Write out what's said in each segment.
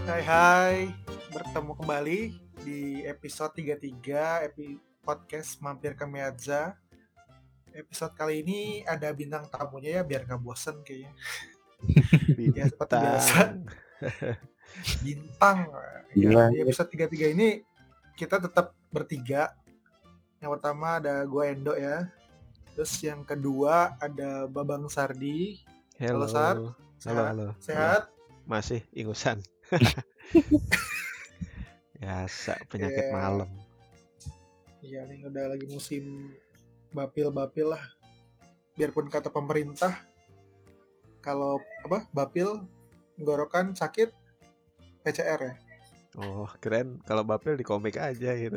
Hai, bertemu kembali di episode 33 podcast Mampir ke Meazza. Episode kali ini ada bintang tamunya ya, biar gak bosen kayaknya. Ya seperti biasa, bintang. Ya, di episode 33 ini kita tetap bertiga. Yang pertama ada gue Endo ya. Terus yang kedua ada Babang Sardi. Halo Sar. Halo. Sehat? Masih ingusan. Biasa penyakit malam. Iya nih udah lagi musim bapil lah. Biarpun kata pemerintah kalau bapil tenggorokan sakit PCR ya. Oh, keren kalau bapil di komik aja gitu.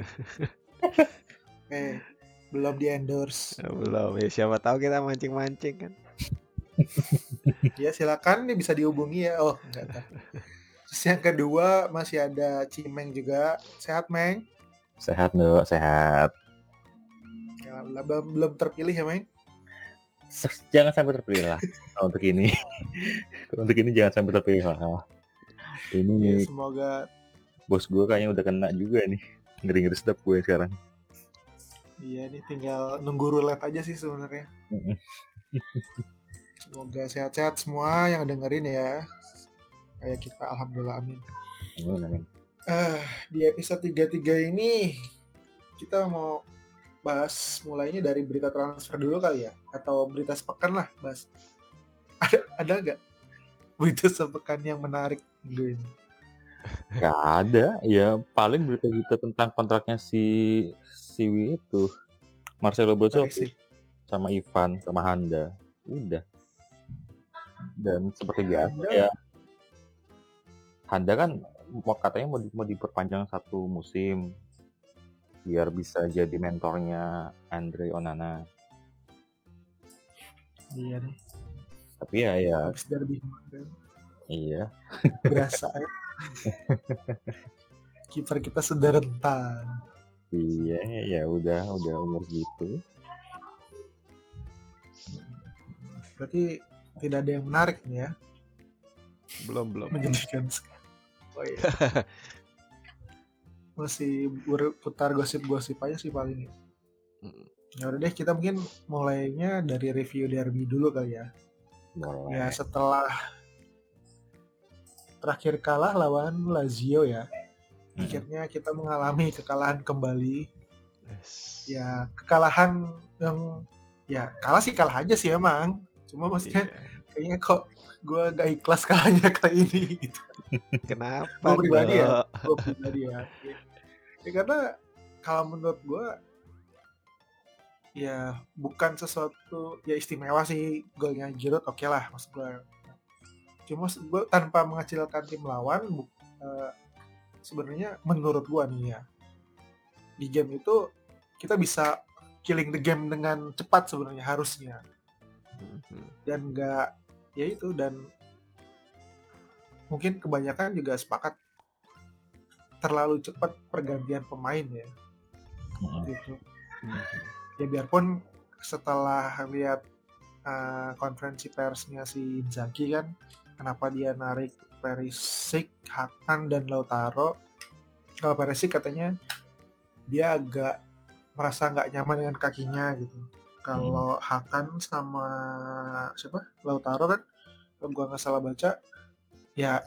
Belum di endorse. Belum. Ya siapa tahu kita mancing-mancing kan. Ya silakan nih bisa dihubungi ya. Oh, enggak tahu. Terus yang kedua masih ada Cimeng juga. Sehat, Meng? Sehat, Ndok. Sehat. Ya, belum terpilih ya, Meng? Jangan sampai terpilih lah untuk ini. Untuk ini jangan sampai terpilih lah. Ini ya, semoga bos gue kayaknya udah kena juga nih. Ngeri-ngeri sedap gue sekarang. Iya nih tinggal nunggu roulette aja sih sebenarnya. Semoga sehat-sehat semua yang dengerin ya. Kayak kita, alhamdulillah, amin. Amin. Di episode 33 ini kita mau bahas mulainya dari berita transfer dulu kali ya, atau berita sepekan lah, bahas. Ada nggak berita sepekan yang menarik dulu ini? Gak ada, ya paling berita-berita tentang kontraknya si itu Marcelo Brozovic sama Ivan sama Handa, udah. Dan seperti biasa ya, Handa kan katanya mau diperpanjang 1 musim biar bisa jadi mentornya Andre Onana. Iya nih. Tapi ya habis derby kemarin. Iya. Berasa ya. Kiper kita sudah rentan. Iya, ya udah umur gitu. Berarti tidak ada yang menarik nih ya? Belum. Menjadikan sekali. Oh iya. Masih berputar gosip-gosip aja sih paling. Ya udah deh, kita mungkin mulainya dari review derby dulu kali ya. Boleh. Ya setelah terakhir kalah lawan Lazio ya. Akhirnya kita mengalami kekalahan kembali. Ya kekalahan yang ya kalah aja sih emang. Cuma maksudnya kayaknya kok gue gak ikhlas kalahnya kali ini gitu. Kenapa? Gue pribadi ya. Ya karena kalau menurut gue ya bukan sesuatu ya istimewa sih golnya Giroud, oke lah maksud gue. Cuma gue tanpa mengecilkan tim lawan, sebenarnya menurut gue nih ya, di game itu kita bisa killing the game dengan cepat sebenarnya harusnya. Dan nggak ya itu, dan mungkin kebanyakan juga sepakat terlalu cepat pergantian pemain ya. Gitu. Ya biarpun setelah lihat konferensi persnya si Inzaghi kan, kenapa dia narik Perisic, Hakan dan Lautaro. Kalau Perisic katanya dia agak merasa nggak nyaman dengan kakinya gitu. Kalau Hakan sama Lautaro kan, kalau gua nggak salah baca ya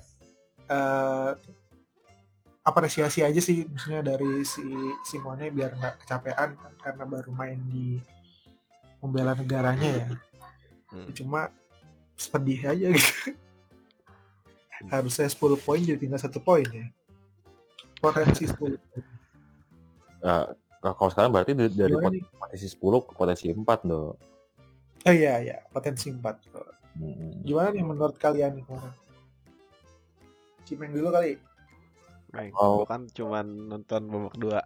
apresiasi aja sih maksudnya dari si Simone biar nggak kecapean kan, karena baru main di membela negaranya ya. Cuma sedih aja gitu. Harusnya 10 poin jadi tinggal 1 poin ya. Potensi 10 poin. Kalau sekarang berarti dari potensi 10 ke potensi 4 dong. Oh iya, potensi 4. Gimana nih menurut kalian nih kemarin? Cimeng dulu kali. Baik, gue kan cuma nonton babak 2.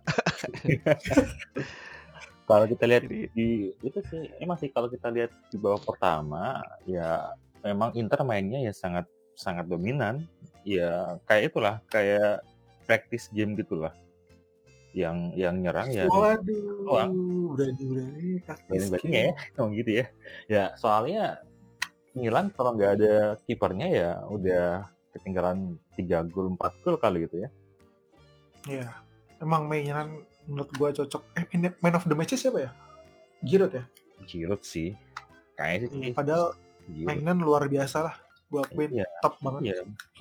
Kalau kita lihat di itu sih, emang sih kalau kita lihat di babak pertama ya memang Inter mainnya ya sangat dominan. Ya kayak itulah, kayak practice game gitulah. Yang nyerang ya. Waduh, berani ya, gitu ya. Ya soalnya Milan kalau nggak ada kipernya ya udah ketinggalan 3 gol 4 gol kali gitu ya. Iya. Emang mainan menurut gua cocok. Man of the match siapa ya? Giroud ya? Giroud sih. Kayaknya sih. Padahal Giroud. mainan luar biasa lah. Gua akuin top banget. Iya.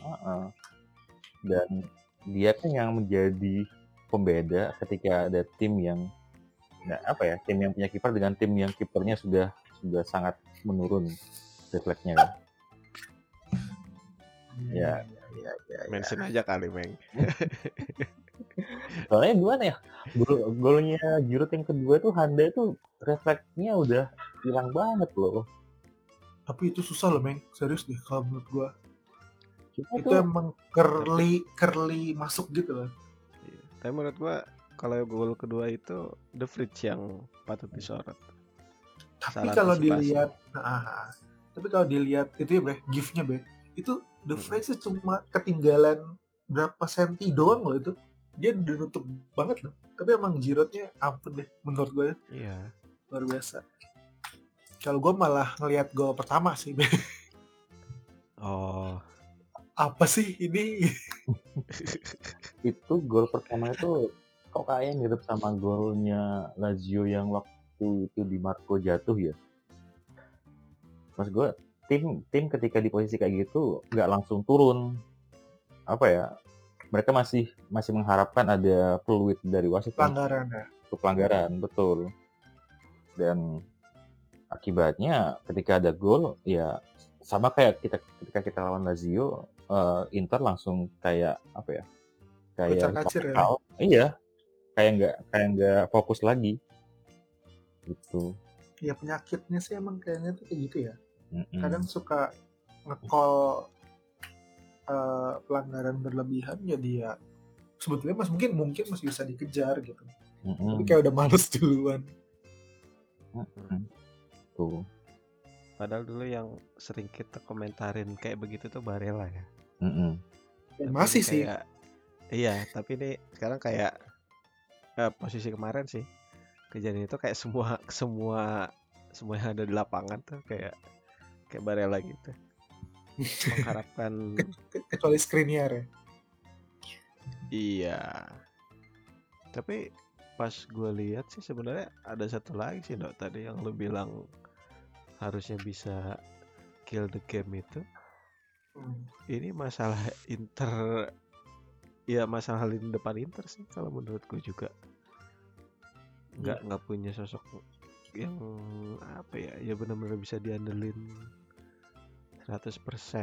Dan dia kan yang menjadi pembeda ketika ada tim yang tim yang punya kiper dengan tim yang kipernya sudah sangat menurun refleksnya kan. Ya. Mention aja kali, Meng. Soalnya gimana ya? Golnya Giroud yang kedua tuh Handa itu refleksnya udah hilang banget loh. Tapi itu susah loh, Meng. Serius deh kalau menurut gua. Itu tuh, emang curly masuk gitu loh. Iya. Tapi menurut gua kalau gol kedua itu The Fridge yang patut disorot. Tapi kalau dilihat, itu ya Bre, gift-nya Bre, itu The Fridge cuma ketinggalan berapa senti doang loh itu. Dia udah nutup banget loh. Tapi emang Giroud-nya ampun deh menurut gue. Iya. Luar biasa. Kalau gue malah ngelihat gol pertama sih. Oh. Apa sih ini? Itu gol pertama itu kok kayak mirip sama golnya Lazio yang waktu itu di Marco jatuh ya. Mas gue tim ketika di posisi kayak gitu nggak langsung turun. Apa ya? Mereka masih mengharapkan ada fluid dari wasit. Pelanggaran ya. Pelanggaran, betul. Dan akibatnya ketika ada gol ya sama kayak ketika kita lawan Lazio, Inter langsung kayak apa ya? Kayak kacir ya. Iya. Kayak nggak fokus lagi. Gitu. Ya penyakitnya sih emang kayaknya tuh kayak gitu ya. Kadang suka nge-call pelanggaran berlebihan, jadi ya sebetulnya mungkin masih bisa dikejar gitu. Tapi kayak udah males duluan. Tuh. Padahal dulu yang sering kita komentarin kayak begitu tuh Barella ya. Masih sih. Iya, tapi ini sekarang kayak posisi kemarin sih kejadian itu kayak semua yang ada di lapangan tuh kayak Barella gitu. Mengharapkan kecuali Skriniar ya. Iya. Tapi pas gue lihat sih sebenarnya ada satu lagi sih Dok tadi yang lu bilang harusnya bisa kill the game itu. Ini masalah Inter, ya masalah lini depan Inter sih kalau menurut gue juga nggak punya sosok yang apa ya benar-benar bisa diandelin 100%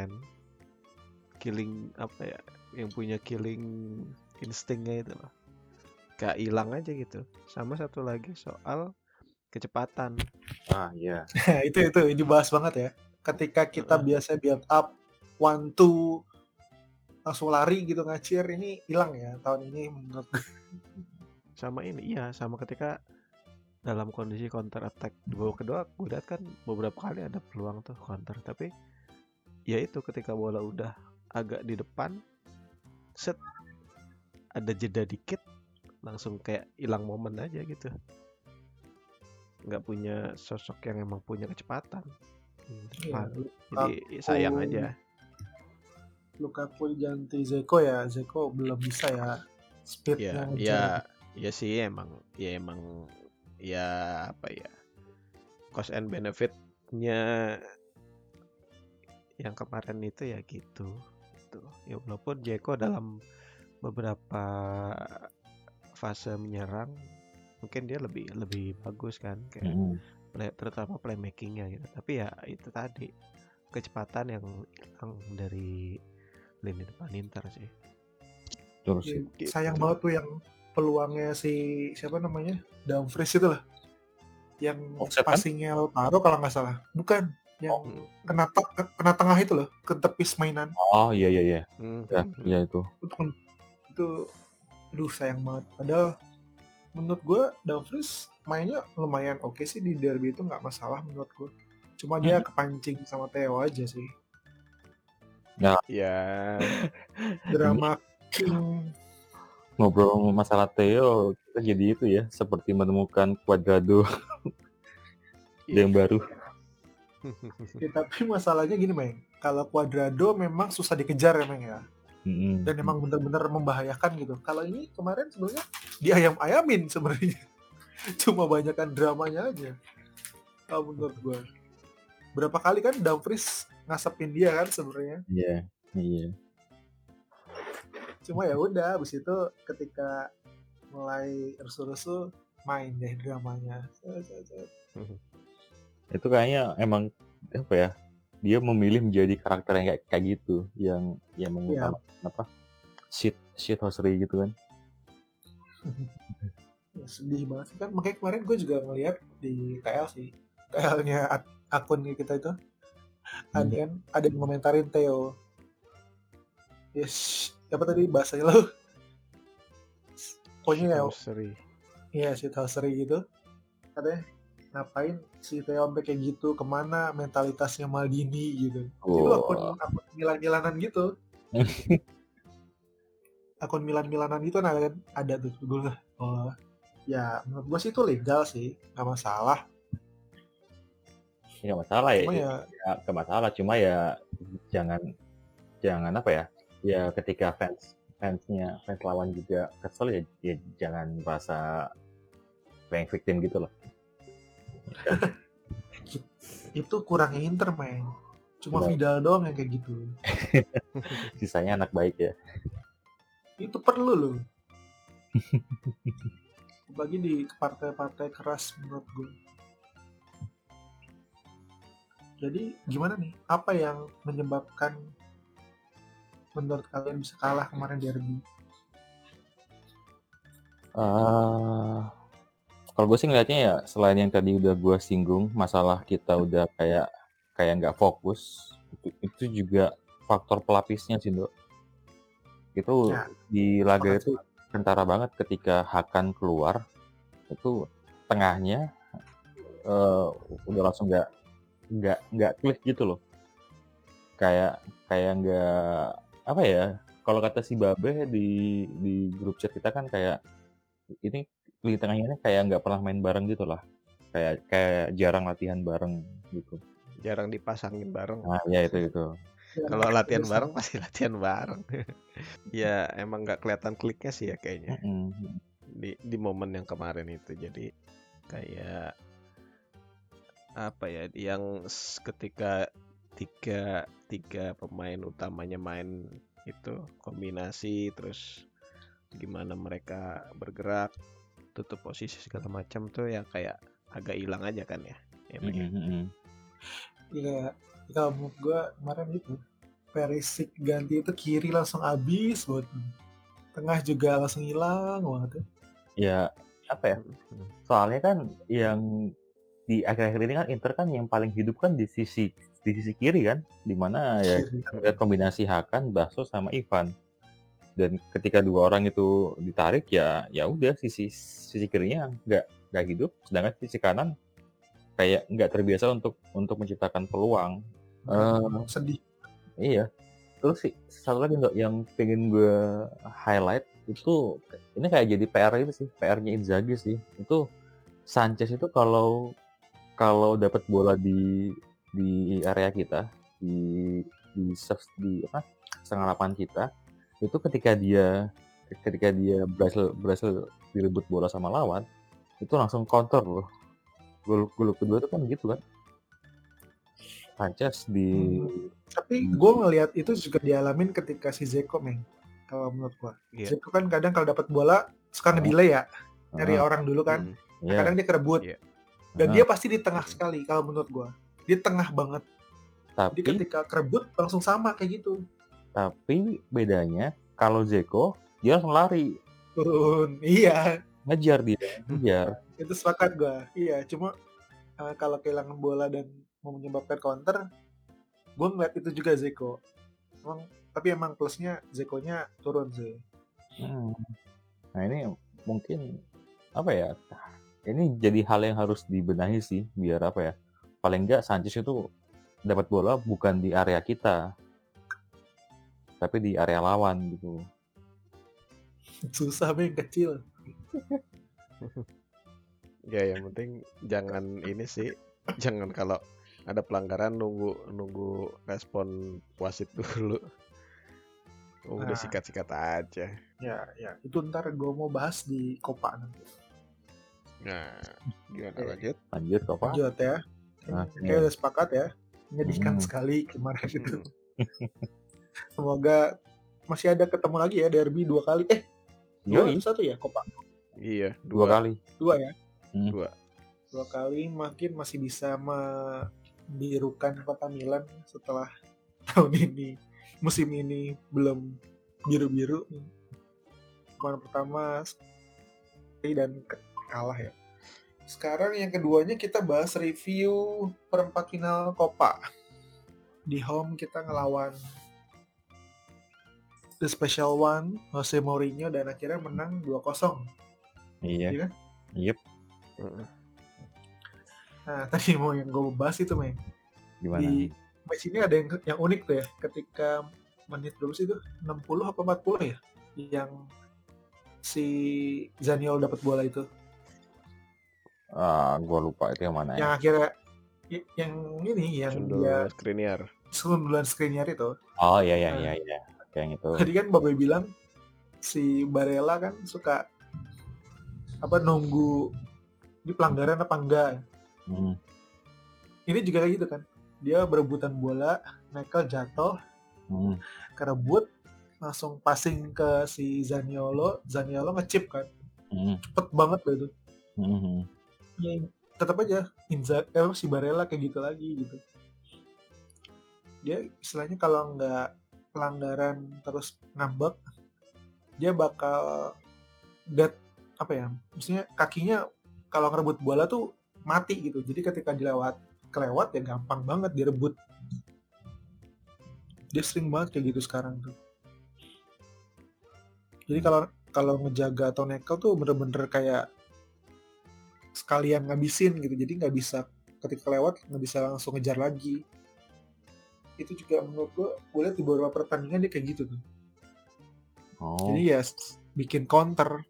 killing apa ya, yang punya killing instingnya itu loh, kayak hilang aja gitu. Sama satu lagi soal kecepatan. Iya. itu dibahas banget ya. Ketika kita biasa build up 1-2 langsung lari gitu ngacir, ini hilang ya tahun ini menurut gue. Sama ketika dalam kondisi counter attack di babak kedua, gue lihat kan beberapa kali ada peluang tuh counter, tapi ya itu ketika bola udah agak di depan, set ada jeda dikit langsung kayak hilang momen aja gitu. Nggak punya sosok yang emang punya kecepatan. Jadi sayang aja. Lukaku ganti Zeko ya, Zeko belum bisa ya speednya. Ya sih emang ya apa ya, cost and benefitnya yang kemarin itu ya gitu. Ya walaupun Zeko dalam beberapa fase menyerang mungkin dia lebih bagus kan, kayak terutama playmakingnya gitu. Tapi ya itu tadi kecepatan yang hilang dari lini depan Inter sih. Terus sayang banget tuh yang peluangnya si siapa namanya Dumfries itu lah, yang passingnya Lautaro kalau nggak salah, bukan yang kena tengah itu loh, ke tepis mainan. Oh iya. Ya itu. Aduh sayang banget. Padahal menurut gue Dumfries mainnya lumayan oke sih di derby itu, nggak masalah menurut gue. Cuma dia kepancing sama Theo aja sih. Ya. Drama King. Ngobrol masalah Theo, kita jadi itu ya, seperti menemukan Cuadrado yang baru. Ya, tapi masalahnya gini, Meng. Kalau Cuadrado memang susah dikejar ya, Meng ya. Dan emang benar-benar membahayakan gitu. Kalau ini kemarin sebenarnya diayam-ayamin sebenarnya. Cuma banyakan dramanya aja. Kalau menurut gue. Berapa kali kan Dumfries ngasepin dia kan sebenarnya. Iya. Cuma ya udah, abis itu ketika mulai rusuh-rusuh main deh dramanya. Itu kayaknya emang apa ya? Dia memilih menjadi karakter yang kayak gitu, yang mengutamakan apa? Shit hoseri gitu kan. Ya, sedih banget sih kan. Makanya kemarin gue juga ngeliat di TL sih. TL-nya akun kita itu. Ada yang komentarin Theo. Yes, apa tadi bahasanya lo? Pokoknya ya, iya shit housery gitu. Katanya ngapain si Theo sampai kayak gitu, kemana mentalitasnya Maldini gitu. Itu akun Milan-Milanan gitu. Akun Milan-Milanan gitu ada tuh gue. Oh, ya menurut gue sih itu legal sih, nggak masalah. Nggak masalah ya, nggak masalah. Cuma ya jangan apa ya? Ya ketika fans lawan juga kesel ya jangan merasa playing victim gitu loh. Itu kurangnya Inter, Meng. Cuma Vidal doang yang kayak gitu. Sisanya anak baik ya. Itu perlu loh. Bagi di partai-partai keras menurut gue. Jadi gimana nih? Apa yang menyebabkan menurut kalian bisa kalah kemarin derby? Kalau gue sih ngeliatnya ya selain yang tadi udah gue singgung, masalah kita udah kayak nggak fokus, itu juga faktor pelapisnya sih, Dok. Itu ya, di laga itu kentara banget ketika Hakan keluar, itu tengahnya udah langsung nggak klik gitu loh. Kayak nggak apa ya, kalau kata si Babe di grup chat kita kan kayak ini di tengahnya kayak nggak pernah main bareng gitu lah, kayak jarang latihan bareng gitu, jarang dipasangin bareng. Nah ya itu kalau latihan bareng pasti latihan bareng. Ya emang nggak kelihatan kliknya sih ya kayaknya di momen yang kemarin itu. Jadi kayak apa ya, yang ketika tiga pemain utamanya main itu kombinasi, terus gimana mereka bergerak, tutup posisi segala macam tuh ya kayak agak hilang aja kan ya. Iya, kalau menurut gue kemarin itu Perisic ganti itu kiri langsung habis buat, tengah juga langsung hilang banget ya. Apa ya? Soalnya kan yang di akhir-akhir ini kan Inter kan yang paling hidup kan di sisi kiri kan, dimana ya kita kombinasi Hakan, Basso sama Ivan. Dan ketika dua orang itu ditarik ya udah sisi kirinya nggak hidup, sedangkan sisi kanan kayak nggak terbiasa untuk menciptakan peluang. Sedih. Iya. Terus sih satu lagi yang pengen gue highlight itu, ini kayak jadi PR itu sih, PR-nya Inzaghi sih. Itu Sanchez itu kalau dapat bola di area kita, di setengah lapangan kita, itu ketika dia berhasil direbut bola sama lawan, itu langsung counter loh. Gol kedua itu kan gitu kan. Sanchez tapi gue ngelihat itu juga dialamin ketika si Zeko, Meng. Kalau menurut gue, Zeko kan kadang kalau dapat bola suka nge-delay ya, nyari orang dulu kan. Kadang dia kerebut. Dan dia pasti di tengah sekali kalau menurut gue. Dia tengah banget. Jadi ketika kerebut langsung sama kayak gitu. Tapi bedanya kalau Zeko dia langsung lari. Turun. Iya. Ngejar dia. Ngejar. Itu sepakat gue. Iya, cuma kalau kehilangan bola dan mau menyebabkan counter, gue ngeliat itu juga Zeko. Tapi emang plusnya Zekonya turun sih. Nah ini mungkin apa ya? Ini jadi hal yang harus dibenahi sih, biar apa ya? Paling nggak Sanchez itu dapat bola bukan di area kita, tapi di area lawan gitu. Susah yang kecil. Ya yang penting jangan ini sih, jangan kalau ada pelanggaran nunggu respon wasit dulu. Udah Nah. sikat-sikat aja. Ya, itu ntar gue mau bahas di Copa nanti. Nah, gimana Oke. lanjut? Lanjut Copa. Lanjut ya. Kayak udah sepakat ya. Menyedihkan sekali kemarin itu. Semoga masih ada ketemu lagi ya derby 2 kali. Satu ya Copa. Iya, 2 kali. 2 ya. 2 kali mungkin masih bisa membirukan Kota Milan setelah tahun ini, musim ini belum biru-biru. Kemarin pertama dan kalah ya. Sekarang yang keduanya kita bahas review perempat final Copa. Di home kita ngelawan The Special One, Jose Mourinho, dan akhirnya menang 2-0. Iya kan? Yep. Nah, tadi mau yang gue bahas itu, men. Gimana? Di match ini ada yang unik tuh ya, ketika menit berapa sih itu? 60 apa 40 ya? Yang si Zaniolo dapat bola itu. Gue lupa itu yang mana Yang ya. akhirnya yang ini yang dia sundulan Skriniar itu. Oh iya. Yang itu. Tadi kan Babe bilang si Barella kan suka nunggu di pelanggaran apa enggak. Ini juga kayak gitu kan. Dia berebutan bola, Michael jatuh, kerebut, langsung passing ke si Zaniolo ngechip kan. Cepet banget loh itu. Ya, tetap aja si Barella kayak gitu lagi gitu. Dia istilahnya kalau nggak pelanggaran terus ngambek, dia bakal maksudnya kakinya kalau ngerebut bola tuh mati gitu. Jadi ketika kelewat ya gampang banget direbut. Dia sering banget kayak gitu sekarang tuh. Jadi kalau ngejaga atau nekel tuh bener-bener kayak sekalian ngabisin gitu. Jadi nggak bisa ketika lewat nggak bisa langsung ngejar lagi. Itu juga menurut gue lihat di beberapa pertandingan dia kayak gitu tuh. Jadi ya bikin counter.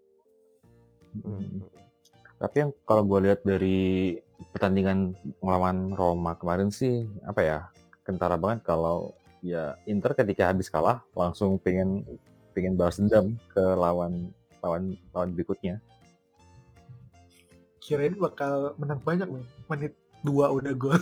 Tapi yang kalau gue lihat dari pertandingan melawan Roma kemarin sih kentara banget kalau ya Inter ketika habis kalah langsung pengen balas dendam ke lawan berikutnya. Kirain bakal menang banyak loh. Menit 2 udah gol.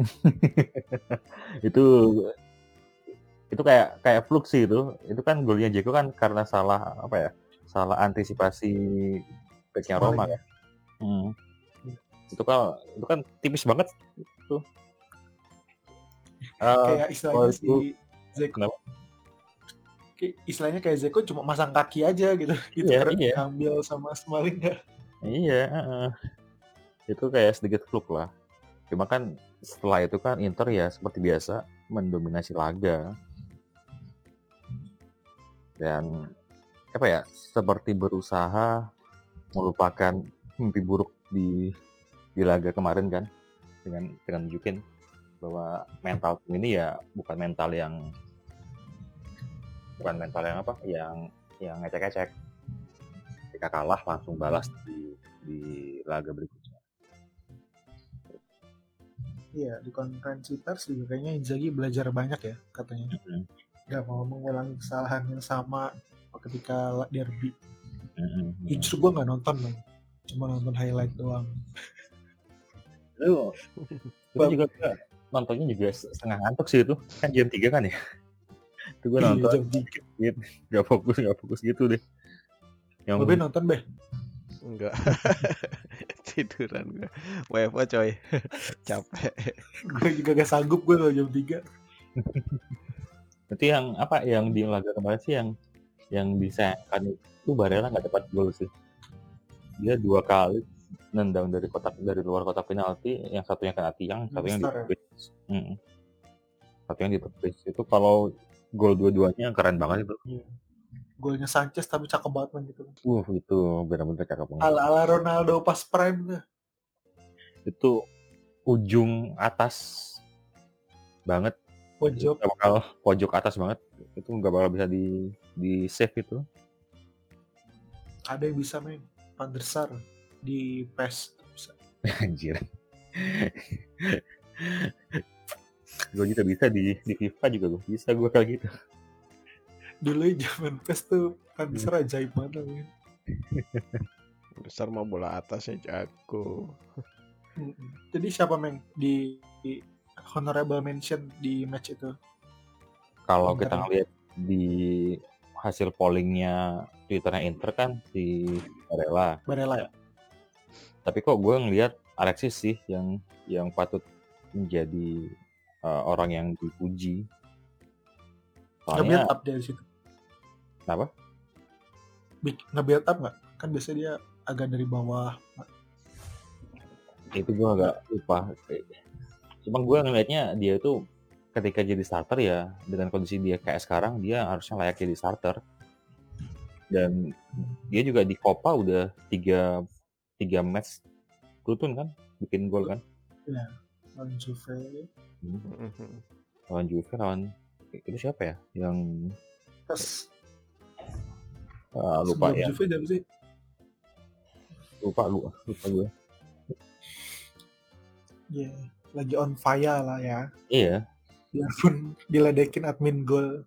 itu kayak fluk sih itu kan golnya Dzeko kan karena salah antisipasi backnya Roma kan. Itu kan tipis banget tuh. Kayak istilahnya si Dzeko. Istilahnya kayak Dzeko cuma masang kaki aja gitu. Iya. Ambil sama Smalling ya. Iya. Itu kayak sedikit fluk lah. Cuma kan setelah itu kan Inter ya seperti biasa mendominasi laga. Dan seperti berusaha melupakan mimpi buruk di laga kemarin kan, dengan nunjukin bahwa mental tim ini ya bukan mental yang ngecek-ngecek. Ketika kalah langsung balas di laga berikutnya. Iya, di konferensi pers juga kayaknya Inzaghi belajar banyak ya katanya. Gak mau mengulangi kesalahan yang sama ketika derby. Justru gue gak nonton loh, cuma nonton highlight doang. Lu juga nontonnya juga setengah ngantuk sih itu, kan jam 3 kan ya. Itu gue nonton jam 3. Gak fokus gitu deh. Yang Be nonton Be? Enggak. Tiduran gue. WFO coy. Capek. Gue juga gak sanggup gue kalau jam 3. Berarti yang di laga kemarin sih yang disayangkan itu Barella nggak dapat gol sih. Dia 2 kali nendang dari luar kotak penalti, yang satunya kena tiang, satunya ditepis. Satunya ditepis. Itu kalau gol dua-duanya keren banget itu. Golnya Sanchez tapi cakep banget gitu. Itu benar-benar cakep banget. Ala Ronaldo pas prime tuh. Itu ujung atas banget. Pojok atas banget. Itu nggak bakal bisa di save itu. Ada yang bisa main Van der Sar di PES bisa. Anjir. Gue juga bisa di FIFA juga gue bisa gue kayak gitu. Dulu zaman PES tuh Van der Sar ajaib banget men. Besar mah bola atasnya jago. Jadi siapa Meng di honorable mention di match itu? Kalau Inter kita ya? ngeliat di hasil pollingnya Twitternya Inter kan si Barella. Barella ya? Tapi kok gue ngeliat Alexis sih yang patut menjadi orang yang dipuji. Nge-build Soalnya up dari situ. Kenapa? Nge-build up nggak? Kan biasanya dia agak dari bawah. Itu gue agak lupa. Cuma gue ngelihatnya dia itu ketika jadi starter ya dengan kondisi dia kayak sekarang dia harusnya layak jadi starter. Dan dia juga di Copa udah 3 match beruntun kan bikin gol kan. Ya, lawan Juve. Lawan Juve lawan itu siapa ya yang Terus lupa sebelum ya. Juve jam sih. Lupa gue. Iya, lagi on fire lah ya. Iya. Biarpun diledekin admin gol.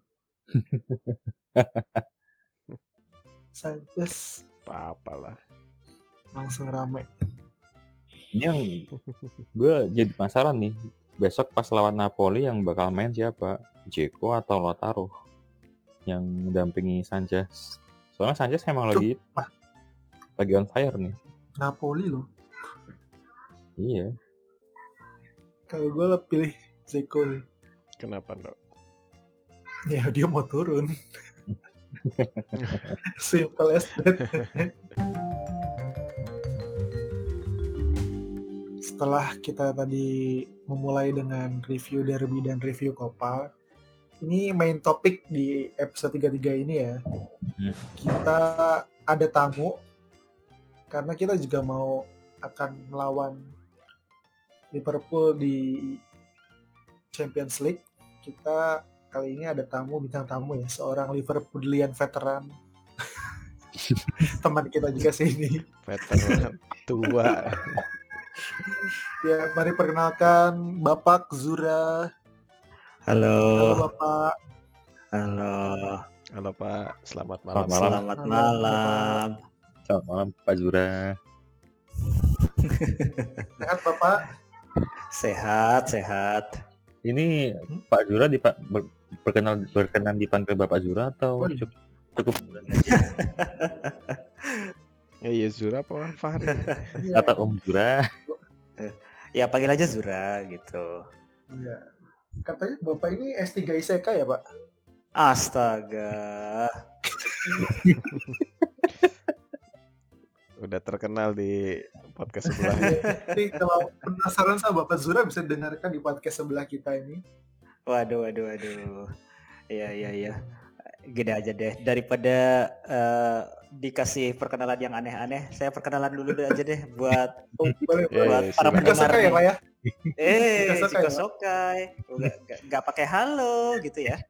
Sanchez Apa lah. langsung rame. Ini yang gue jadi penasaran nih. Besok pas lawan Napoli yang bakal main siapa? Dzeko atau Lautaro yang mendampingi Sanchez. Soalnya Sanchez emang lagi on fire nih. Napoli loh. Iya. Kalau gue lah pilih Dzeko nih. Kenapa dok? Ya dia mau turun. Simple as that. Setelah kita tadi memulai dengan review derby dan review Copa, ini main topik di episode 33 ini ya. Kita ada tamu karena kita juga mau akan melawan Liverpool di Champions League. Kita kali ini ada bintang tamu ya, seorang Liverpoolian veteran. Teman kita juga sini. Veteran tua. Ya, mari perkenalkan Bapak Zura. Halo Bapak. Halo Pak, selamat malam. Selamat malam. Selamat malam Pak Zura. Sehat Bapak? Sehat. Ini Pak Zura berkenan dipanggil Bapak Zura atau cukup Ya Zura apa Fahri? atau Om Zura? Ya panggil aja Zura gitu. Iya. Katanya Bapak ini S3 ISEK ya Pak? Astaga. Udah terkenal di podcast sebelahnya. Jadi kalau penasaran sama Bapak Zura bisa dengarkan di podcast sebelah kita ini. Waduh. Iya. Gini aja deh, daripada dikasih perkenalan yang aneh-aneh, saya perkenalan dulu aja deh buat Boleh. buat para silakan. pendengar Sokai ya nih. Pak ya? Jika Sokai, nggak pakai halo gitu ya.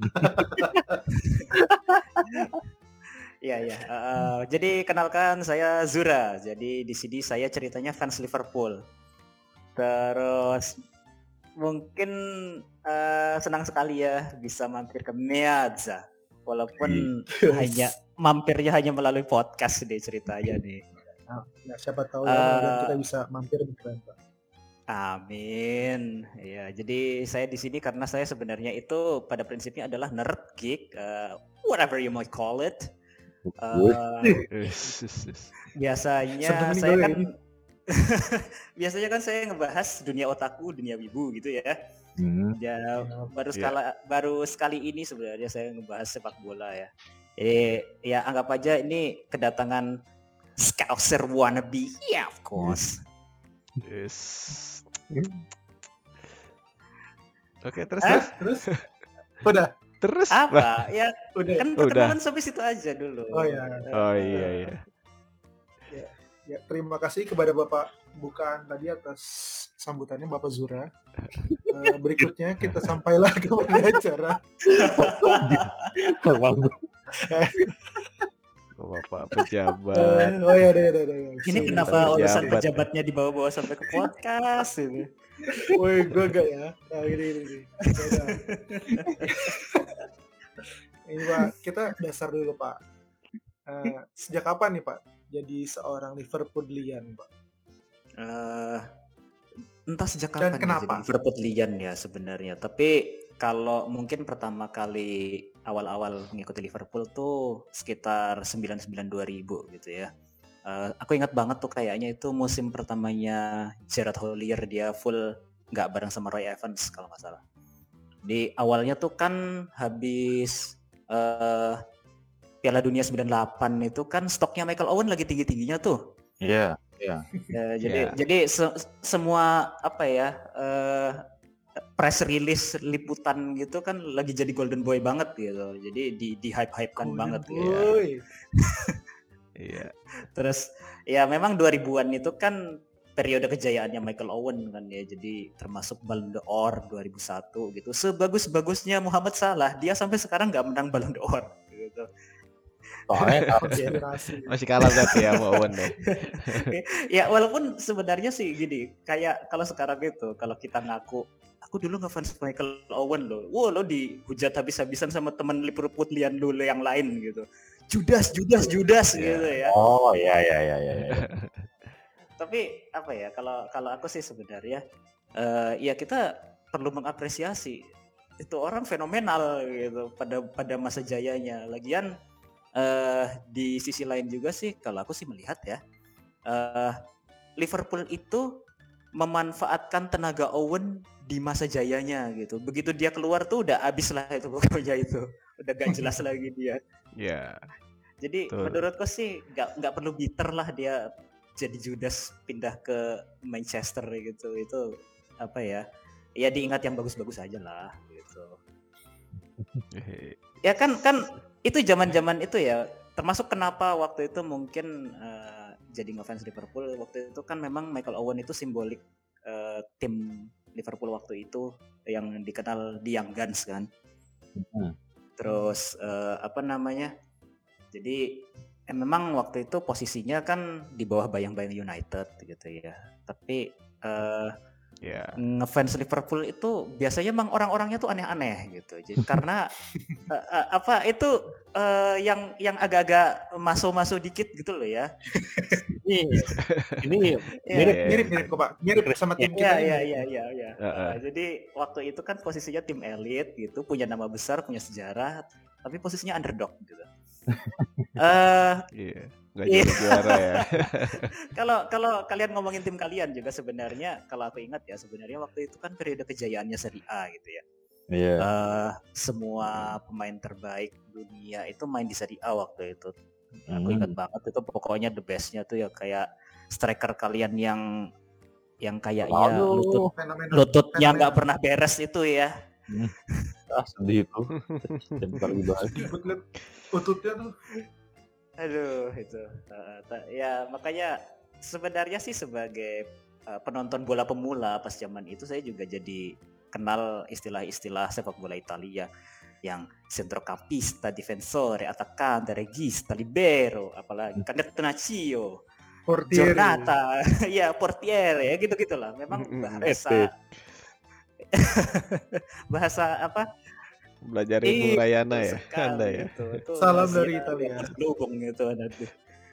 Iya. Jadi kenalkan saya Zura. Jadi di sini saya ceritanya fans Liverpool. Terus mungkin senang sekali ya bisa mampir ke Meazza. Walaupun mampirnya hanya melalui podcast deh ceritanya nih. Nah, siapa tahu ya kita bisa mampir di keren Pak. Amin. Ya, jadi saya di sini karena saya sebenarnya itu pada prinsipnya adalah nerd geek, whatever you might call it. Biasanya saya kan biasanya kan saya ngebahas dunia otaku, dunia wibu gitu ya. Ya baru sekali ini sebenarnya saya ngebahas sepak bola ya. Ya anggap aja ini kedatangan Scouser wannabe, yeah of course. Yes. Oke, terus. Udah. Terus apa? Ya Udah. kan perkenalan sampai situ aja dulu. Oh iya. Ya, terima kasih kepada Bapak Bukaan tadi atas sambutannya Bapak Zura. Berikutnya kita sampailah ke acara. Bapak pejabat. Oh ya, Ini kenapa urusan pejabatnya dibawa-bawa sampai ke podcast ini? Woi, gue gak ya. Nah, gini. Ini Pak, kita dasar dulu Pak. Sejak kapan nih Pak jadi seorang Liverpoolian Pak? Entah sejak kapan ya jadi Liverpoolian ya sebenarnya. Tapi kalau mungkin pertama kali awal-awal mengikuti Liverpool tuh sekitar 99-2000 gitu ya. Aku ingat banget tuh kayaknya itu musim pertamanya Gerard Houllier, dia full nggak bareng sama Roy Evans kalau nggak salah. Di awalnya tuh kan habis Piala Dunia 98 itu kan stoknya Michael Owen lagi tinggi-tingginya tuh. Iya. Jadi semua apa ya press release liputan gitu kan lagi jadi golden boy banget gitu. Jadi di hype-hypekan banget gitu. Iya. Terus ya memang 2000-an itu kan periode kejayaannya Michael Owen kan ya. Jadi termasuk Ballon d'Or 2001 gitu. Sebagus-bagusnya Muhammad Salah, dia sampai sekarang nggak menang Ballon d'Or gitu. Soalnya masih kalah berarti ya sama Owen deh. Ya walaupun sebenarnya sih gini, kayak kalau sekarang gitu, kalau kita ngaku aku dulu ngefans Michael Owen loh, lo dihujat habis-habisan sama teman Liverpoolian dulu yang lain gitu. Judas gitu ya. Oh iya. Tapi apa ya, kalau aku sih sebenarnya ya kita perlu mengapresiasi itu orang fenomenal gitu pada masa jayanya. Lagian di sisi lain juga sih kalau aku sih melihat ya Liverpool itu memanfaatkan tenaga Owen di masa jayanya gitu. Begitu dia keluar tuh udah abis lah itu pokoknya itu. Udah gak jelas lagi dia. Iya. Jadi menurutku sih nggak perlu bitter lah dia jadi Judas pindah ke Manchester gitu. Itu apa ya? Ya diingat yang bagus-bagus aja lah gitu. Ya kan itu zaman-zaman itu ya, termasuk kenapa waktu itu mungkin jadi ngefans Liverpool waktu itu kan memang Michael Owen itu simbolik tim Liverpool waktu itu yang dikenal The Young Guns kan. Terus apa namanya? Jadi memang waktu itu posisinya kan di bawah Bayang-Bayang United gitu ya. Tapi ngefans Liverpool itu biasanya emang orang-orangnya tuh aneh-aneh gitu. Jadi karena apa itu yang agak-agak masuk dikit gitu loh ya. Ini mirip kok Pak. Mirip sama tim kita. Iya. Jadi waktu itu kan posisinya tim elit gitu, punya nama besar, punya sejarah, tapi posisinya underdog gitu. Gak jadi juara ya. Kalau kalian ngomongin tim kalian juga sebenarnya kalau aku ingat ya sebenarnya waktu itu kan periode kejayaannya Serie A gitu ya. Semua pemain terbaik dunia itu main di Serie A waktu itu. Aku ingat banget itu pokoknya the bestnya tuh ya kayak striker kalian yang kayaknya lututnya nggak pernah beres itu ya. Sedih itu. Lututnya tuh. Aduh itu. Ya makanya sebenarnya sih sebagai penonton bola pemula pas zaman itu saya juga jadi kenal istilah-istilah sepak bola Italia yang centrocampista, difensore, attaccante, regista, libero, apalagi catenaccio, giornata, ya portiere, ya gitu-gitulah. Memang bahasa apa? Belajar Ibu Rayana ya, Anda ya. Itu salam dari Italia. Lubung gitu nanti.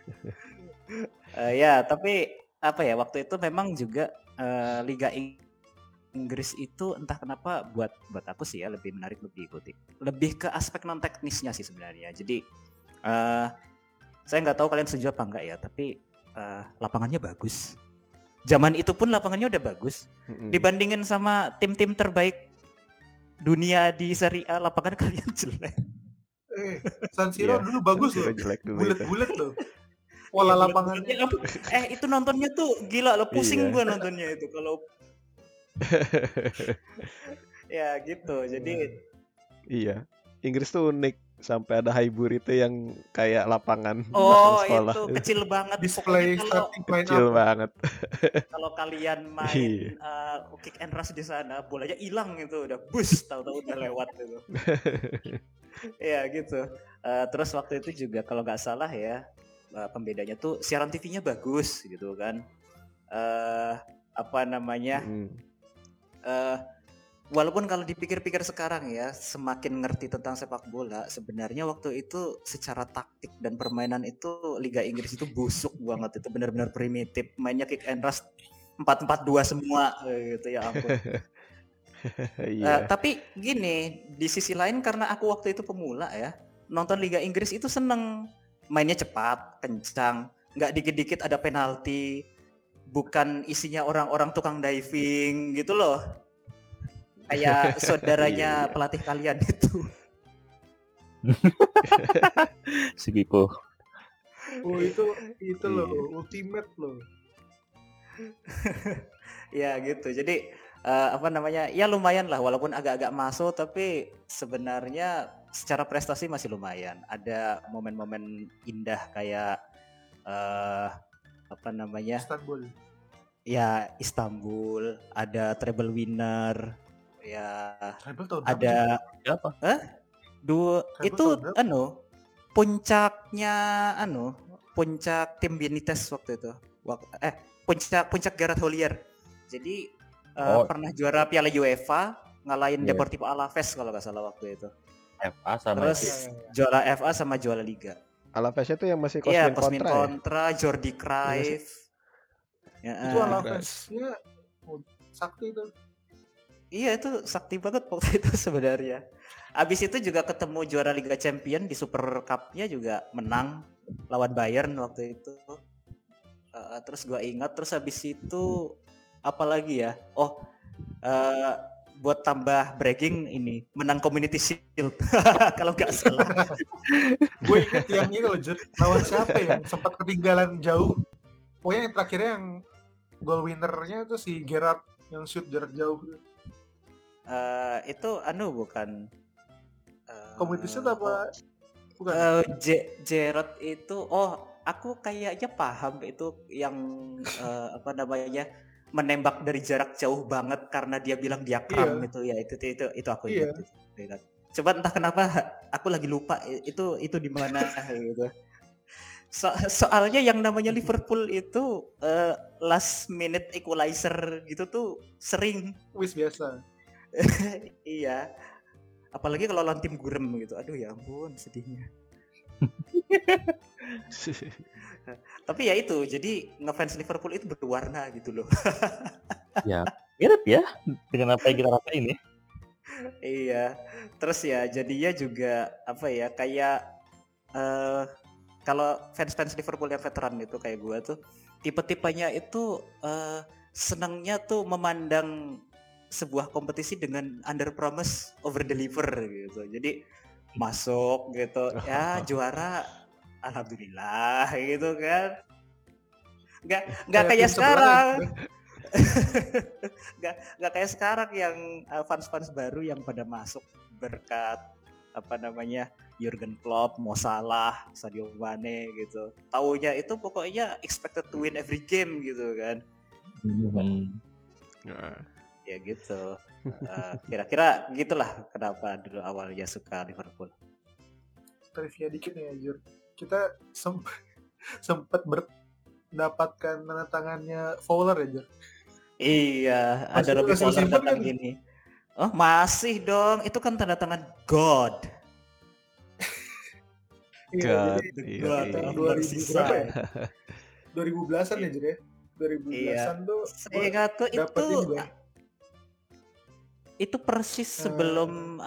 Ya, tapi apa ya waktu itu memang juga Liga Inggris itu entah kenapa buat aku sih ya lebih menarik untuk diikuti. Lebih ke aspek non teknisnya sih sebenarnya. Jadi saya nggak tahu kalian setuju apa enggak ya, tapi lapangannya bagus. Zaman itu pun lapangannya udah bagus. Dibandingin sama tim-tim terbaik dunia di Serie A, lapangan kalian jelek. San Siro dulu bagus loh. Bulet-bulet loh. Pola lapangannya. Itu nontonnya tuh gila loh, pusing gua nontonnya itu kalau ya gitu. Jadi iya. Inggris tuh unik. Sampai ada hybrid itu yang kayak lapangan sekolah. Itu kecil banget. Display starting line kecil banget. Kalau kalian main kick and rush di sana, bolanya hilang gitu, udah bus, tahu-tahu udah lewat gitu. Ya gitu. Terus waktu itu juga kalau nggak salah ya, pembedanya tuh siaran TV-nya bagus gitu kan. Apa namanya? Walaupun kalau dipikir-pikir sekarang ya, semakin ngerti tentang sepak bola, sebenarnya waktu itu secara taktik dan permainan itu Liga Inggris itu busuk banget, itu benar-benar primitif, mainnya kick and rush 4-4-2 semua gitu ya ampun. Tapi gini, di sisi lain karena aku waktu itu pemula ya, nonton Liga Inggris itu seneng, mainnya cepat, kencang, nggak dikit-dikit ada penalti, bukan isinya orang-orang tukang diving gitu loh. Kayak saudaranya pelatih kalian itu. Si Kiko. Oh itu loh, ultimate loh. Ya gitu. Jadi ya lumayan lah, walaupun agak-agak masuk, tapi sebenarnya secara prestasi masih lumayan. Ada momen-momen indah kayak Istanbul. Ya Istanbul, ada treble winner. Ya treble ada apa? Itu puncak tim Benitez waktu itu. Puncak Gareth Hollier. Jadi pernah juara Piala UEFA, ngalahin Deportivo Alaves kalau nggak salah waktu itu. FA sama terus juara FA sama juara Liga. Alaves itu yang masih Cosmin Contra, Jordi Cruyff. Itu Alavesnya sakti itu. Iya itu sakti banget waktu itu sebenarnya. Abis itu juga ketemu juara Liga Champion di Super Cup-nya juga menang lawan Bayern waktu itu. Terus gue ingat, terus habis itu apa lagi ya? Buat tambah bragging ini menang Community Shield kalau nggak salah. Gue ingat yang ini loh, lawan siapa yang sempat ketinggalan jauh. Pokoknya yang terakhirnya yang goal winnernya itu si Gerrard yang shoot jarak jauh. Itu bukan Community Shield apa? Bukan. Gerrard itu aku kayaknya paham itu yang menembak dari jarak jauh banget karena dia bilang dia kram itu ya itu aku ingat. Coba entah kenapa aku lagi lupa itu di mana gitu. Soalnya yang namanya Liverpool itu last minute equalizer gitu tuh sering. Wis biasa. Iya. Apalagi kalau lawan tim gurem gitu. Aduh ya ampun sedihnya. Tapi ya itu, jadi ngefans Liverpool itu berwarna gitu loh. Ya, mirip ya dengan apa yang kita rasain ya. Iya. Terus ya jadinya juga kayak kalau fans Liverpool yang veteran itu kayak gue tuh tipe-tipenya itu senangnya tuh memandang sebuah kompetisi dengan under promise over deliver gitu. Jadi masuk gitu ya juara alhamdulillah gitu kan. Nggak kayak sekarang. Nggak kayak sekarang yang fans baru yang pada masuk berkat Jurgen Klopp, Mo Salah, Sadio Mane gitu. Taunya itu pokoknya expected to win every game gitu kan. Ya gitu. Kira-kira gitulah kenapa dulu awalnya suka Liverpool. Trivia dikit nih ya Jur. Kita sempat mendapatkan tanda tangannya Fowler ya Jur. Iya, ada Robbie Fowler datang gini. Oh masih dong, itu kan tanda tangan God. God. 2000 berapa ya? 2010-an ya Jur ya? 2010-an tuh saya ingatku itu persis sebelum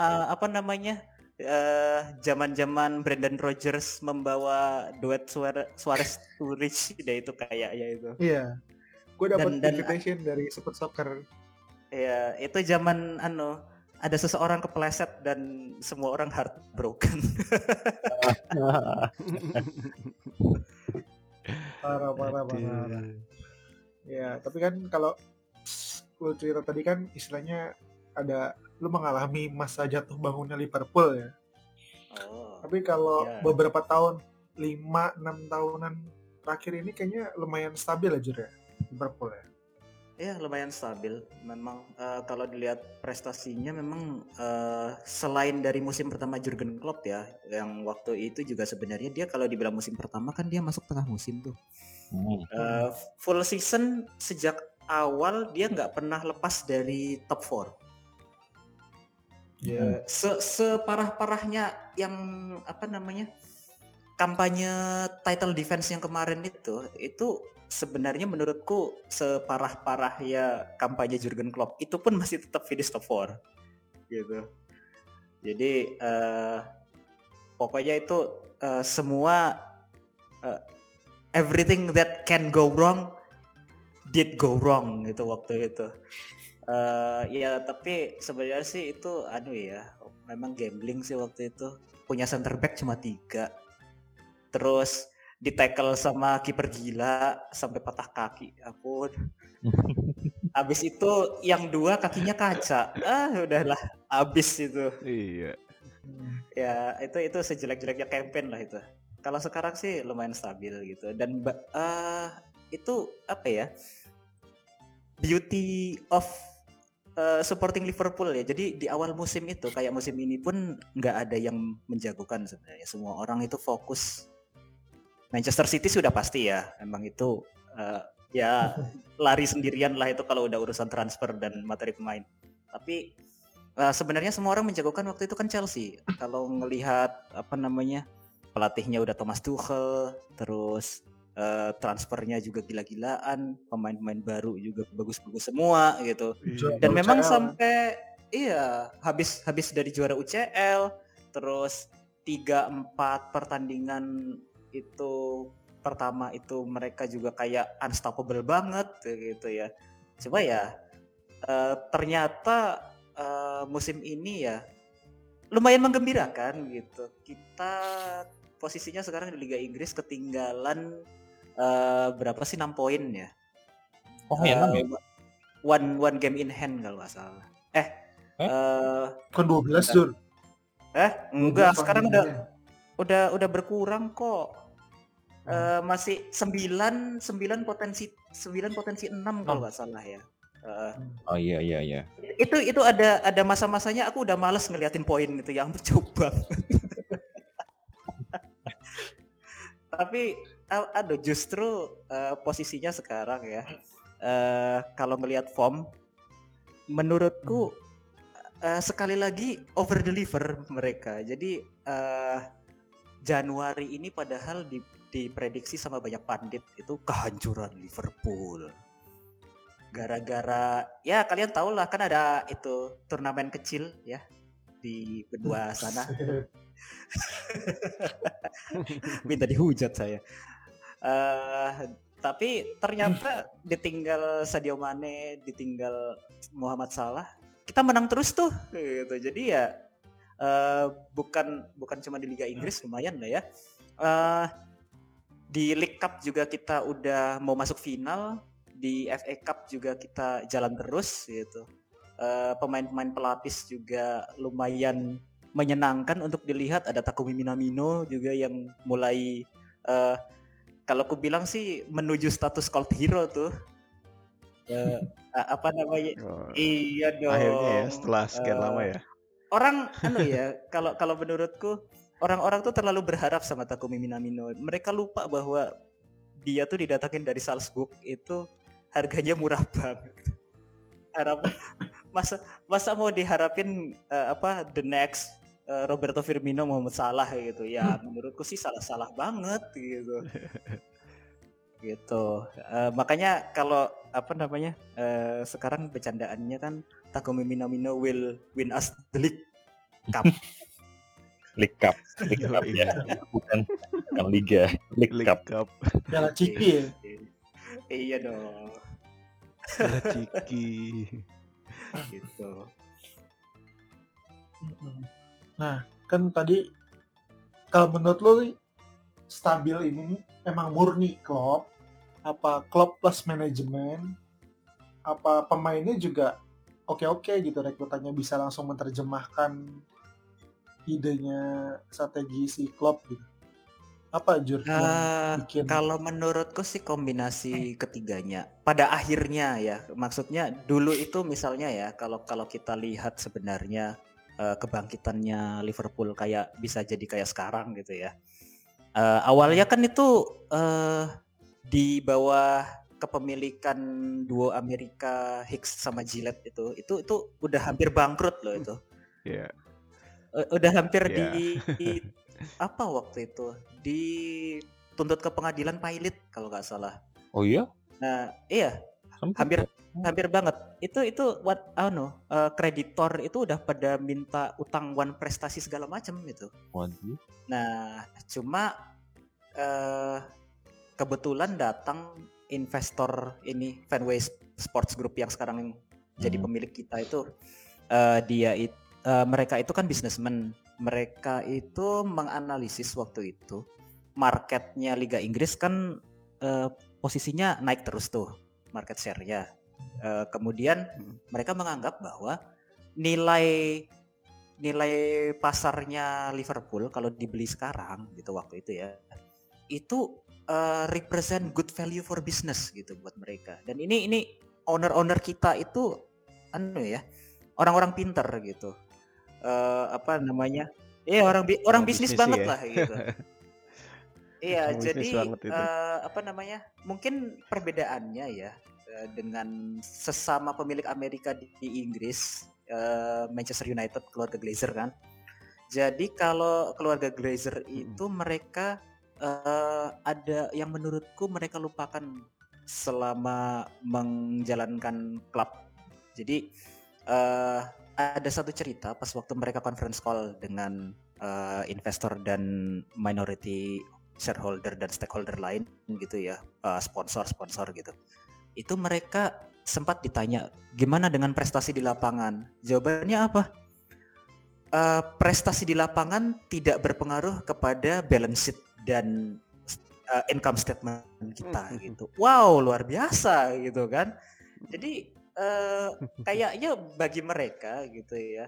zaman-zaman Brendan Rodgers membawa duet Suarez Sturridge itu kayaknya itu. Iya. Gue dapat invitation dari Super Soccer. Iya, itu zaman ada seseorang kepleset dan semua orang heartbroken. Parah. Ya, tapi kan kalau lu cerita tadi kan istilahnya lu mengalami masa jatuh bangunnya Liverpool ya. Tapi kalau beberapa tahun 5-6 tahunan terakhir ini kayaknya lumayan stabil aja ya Liverpool ya. Ya lumayan stabil. Memang kalau dilihat prestasinya memang selain dari musim pertama Jurgen Klopp ya, yang waktu itu juga sebenarnya dia kalau dibilang musim pertama kan dia masuk tengah musim tuh. Full season sejak awal dia nggak pernah lepas dari top 4. Ya, separah-parahnya yang apa namanya kampanye title defense yang kemarin itu sebenarnya menurutku separah-parah ya kampanye Jurgen Klopp itu pun masih tetap finish top 4 gitu. Jadi pokoknya itu semua everything that can go wrong did go wrong gitu waktu itu. Ya tapi sebenarnya sih itu memang gambling sih waktu itu. Punya center back cuma 3. Terus di tackle sama kiper gila sampai patah kaki. Ampun. Abis itu yang 2 kakinya kaca. Udahlah habis itu. Iya. Ya itu sejelek-jeleknya campaign lah itu. Kalau sekarang sih lumayan stabil gitu. Dan itu apa ya? Beauty of supporting Liverpool ya. Jadi di awal musim itu kayak musim ini pun nggak ada yang menjagokan sebenarnya. Semua orang itu fokus. Manchester City sudah pasti ya. Emang itu ya lari sendirian lah itu kalau udah urusan transfer dan materi pemain. Tapi sebenarnya semua orang menjagokan waktu itu kan Chelsea. Kalau ngelihat pelatihnya udah Thomas Tuchel, terus transfernya juga gila-gilaan, pemain-pemain baru juga bagus-bagus semua gitu. Dan memang sampai habis dari juara UCL, terus 3-4 pertandingan itu pertama itu mereka juga kayak unstoppable banget gitu ya. Coba ya ternyata musim ini ya lumayan menggembirakan gitu. Kita posisinya sekarang di Liga Inggris ketinggalan berapa sih 6 poin ya? Oh ya 6 ya? One game in hand kalau nggak salah. Kan 12 Jur. Enggak, sekarang udah berkurang kok. Masih 9 potensi 6 kalau nggak salah ya. Oh iya. Itu ada masa-masanya aku udah males ngeliatin poin gitu ya, coba. Tapi justru posisinya sekarang ya kalau ngelihat form menurutku sekali lagi over deliver mereka. Jadi Januari ini padahal diprediksi sama banyak pandit itu kehancuran Liverpool. Gara-gara ya kalian tahu lah kan ada itu turnamen kecil ya di benua sana. Minta dihujat saya. Tapi ternyata ditinggal Sadio Mane, ditinggal Muhammad Salah, kita menang terus tuh gitu. Jadi ya bukan cuma di Liga Inggris lumayan lah ya. Di League Cup juga kita udah mau masuk final, di FA Cup juga kita jalan terus gitu. Pemain-pemain pelapis juga lumayan menyenangkan untuk dilihat. Ada Takumi Minamino juga yang mulai kalau aku bilang sih menuju status cult hero tuh. Iya dong. Akhirnya ya setelah sekian lama ya. Orang kalau menurutku orang-orang tuh terlalu berharap sama Takumi Minamino. Mereka lupa bahwa dia tuh didatangin dari Salzburg itu harganya murah banget. Masa mau diharapin the next Roberto Firmino, Muhammad Salah gitu ya. Menurutku sih salah banget gitu. Gitu. Makanya kalau sekarang bercandaannya kan Takumi Minamino will win us the League Cup. League Cup ya, bukan Liga, League Cup. Piala Ciki ya. Iya dong. Piala Ciki. Gitu. Nah, kan tadi kalau menurut lo stabil ini emang murni Klopp, apa Klopp plus manajemen, apa pemainnya juga oke gitu, rekrutannya bisa langsung menerjemahkan idenya strategi si Klopp gitu. Apa Jur yang bikin? Kalau menurutku sih kombinasi ketiganya. Pada akhirnya ya, maksudnya dulu itu misalnya ya, kalau kita lihat sebenarnya kebangkitannya Liverpool kayak bisa jadi kayak sekarang gitu ya. Awalnya kan itu di bawah kepemilikan duo Amerika Hicks sama Gillette itu udah hampir bangkrut loh itu. Iya. Udah hampir di apa waktu itu dituntut ke pengadilan pilot kalau nggak salah. Oh iya? Nah iya hampir banget. Itu kreditor itu udah pada minta utang wan prestasi segala macam gitu. Waduh. Nah cuma kebetulan datang investor ini Fenway Sports Group yang sekarang jadi pemilik kita itu mereka itu kan bisnismen. Mereka itu menganalisis waktu itu marketnya Liga Inggris kan posisinya naik terus tuh market share-nya. Kemudian mereka menganggap bahwa nilai pasarnya Liverpool kalau dibeli sekarang gitu waktu itu ya itu represent good value for business gitu buat mereka. Dan ini owner kita itu orang-orang pinter gitu. Orang bisnis banget lah gitu. Iya, jadi mungkin perbedaannya ya dengan sesama pemilik Amerika di Inggris, Manchester United, keluarga Glazer kan. Jadi kalau keluarga Glazer itu mereka ada yang menurutku mereka lupakan selama menjalankan klub. Jadi ada satu cerita pas waktu mereka conference call dengan investor dan minority shareholder dan stakeholder lain gitu ya, sponsor gitu. Itu mereka sempat ditanya gimana dengan prestasi di lapangan. Jawabannya apa? Prestasi di lapangan tidak berpengaruh kepada balance sheet dan income statement kita gitu. Wow, luar biasa gitu kan. Jadi kayaknya bagi mereka gitu ya,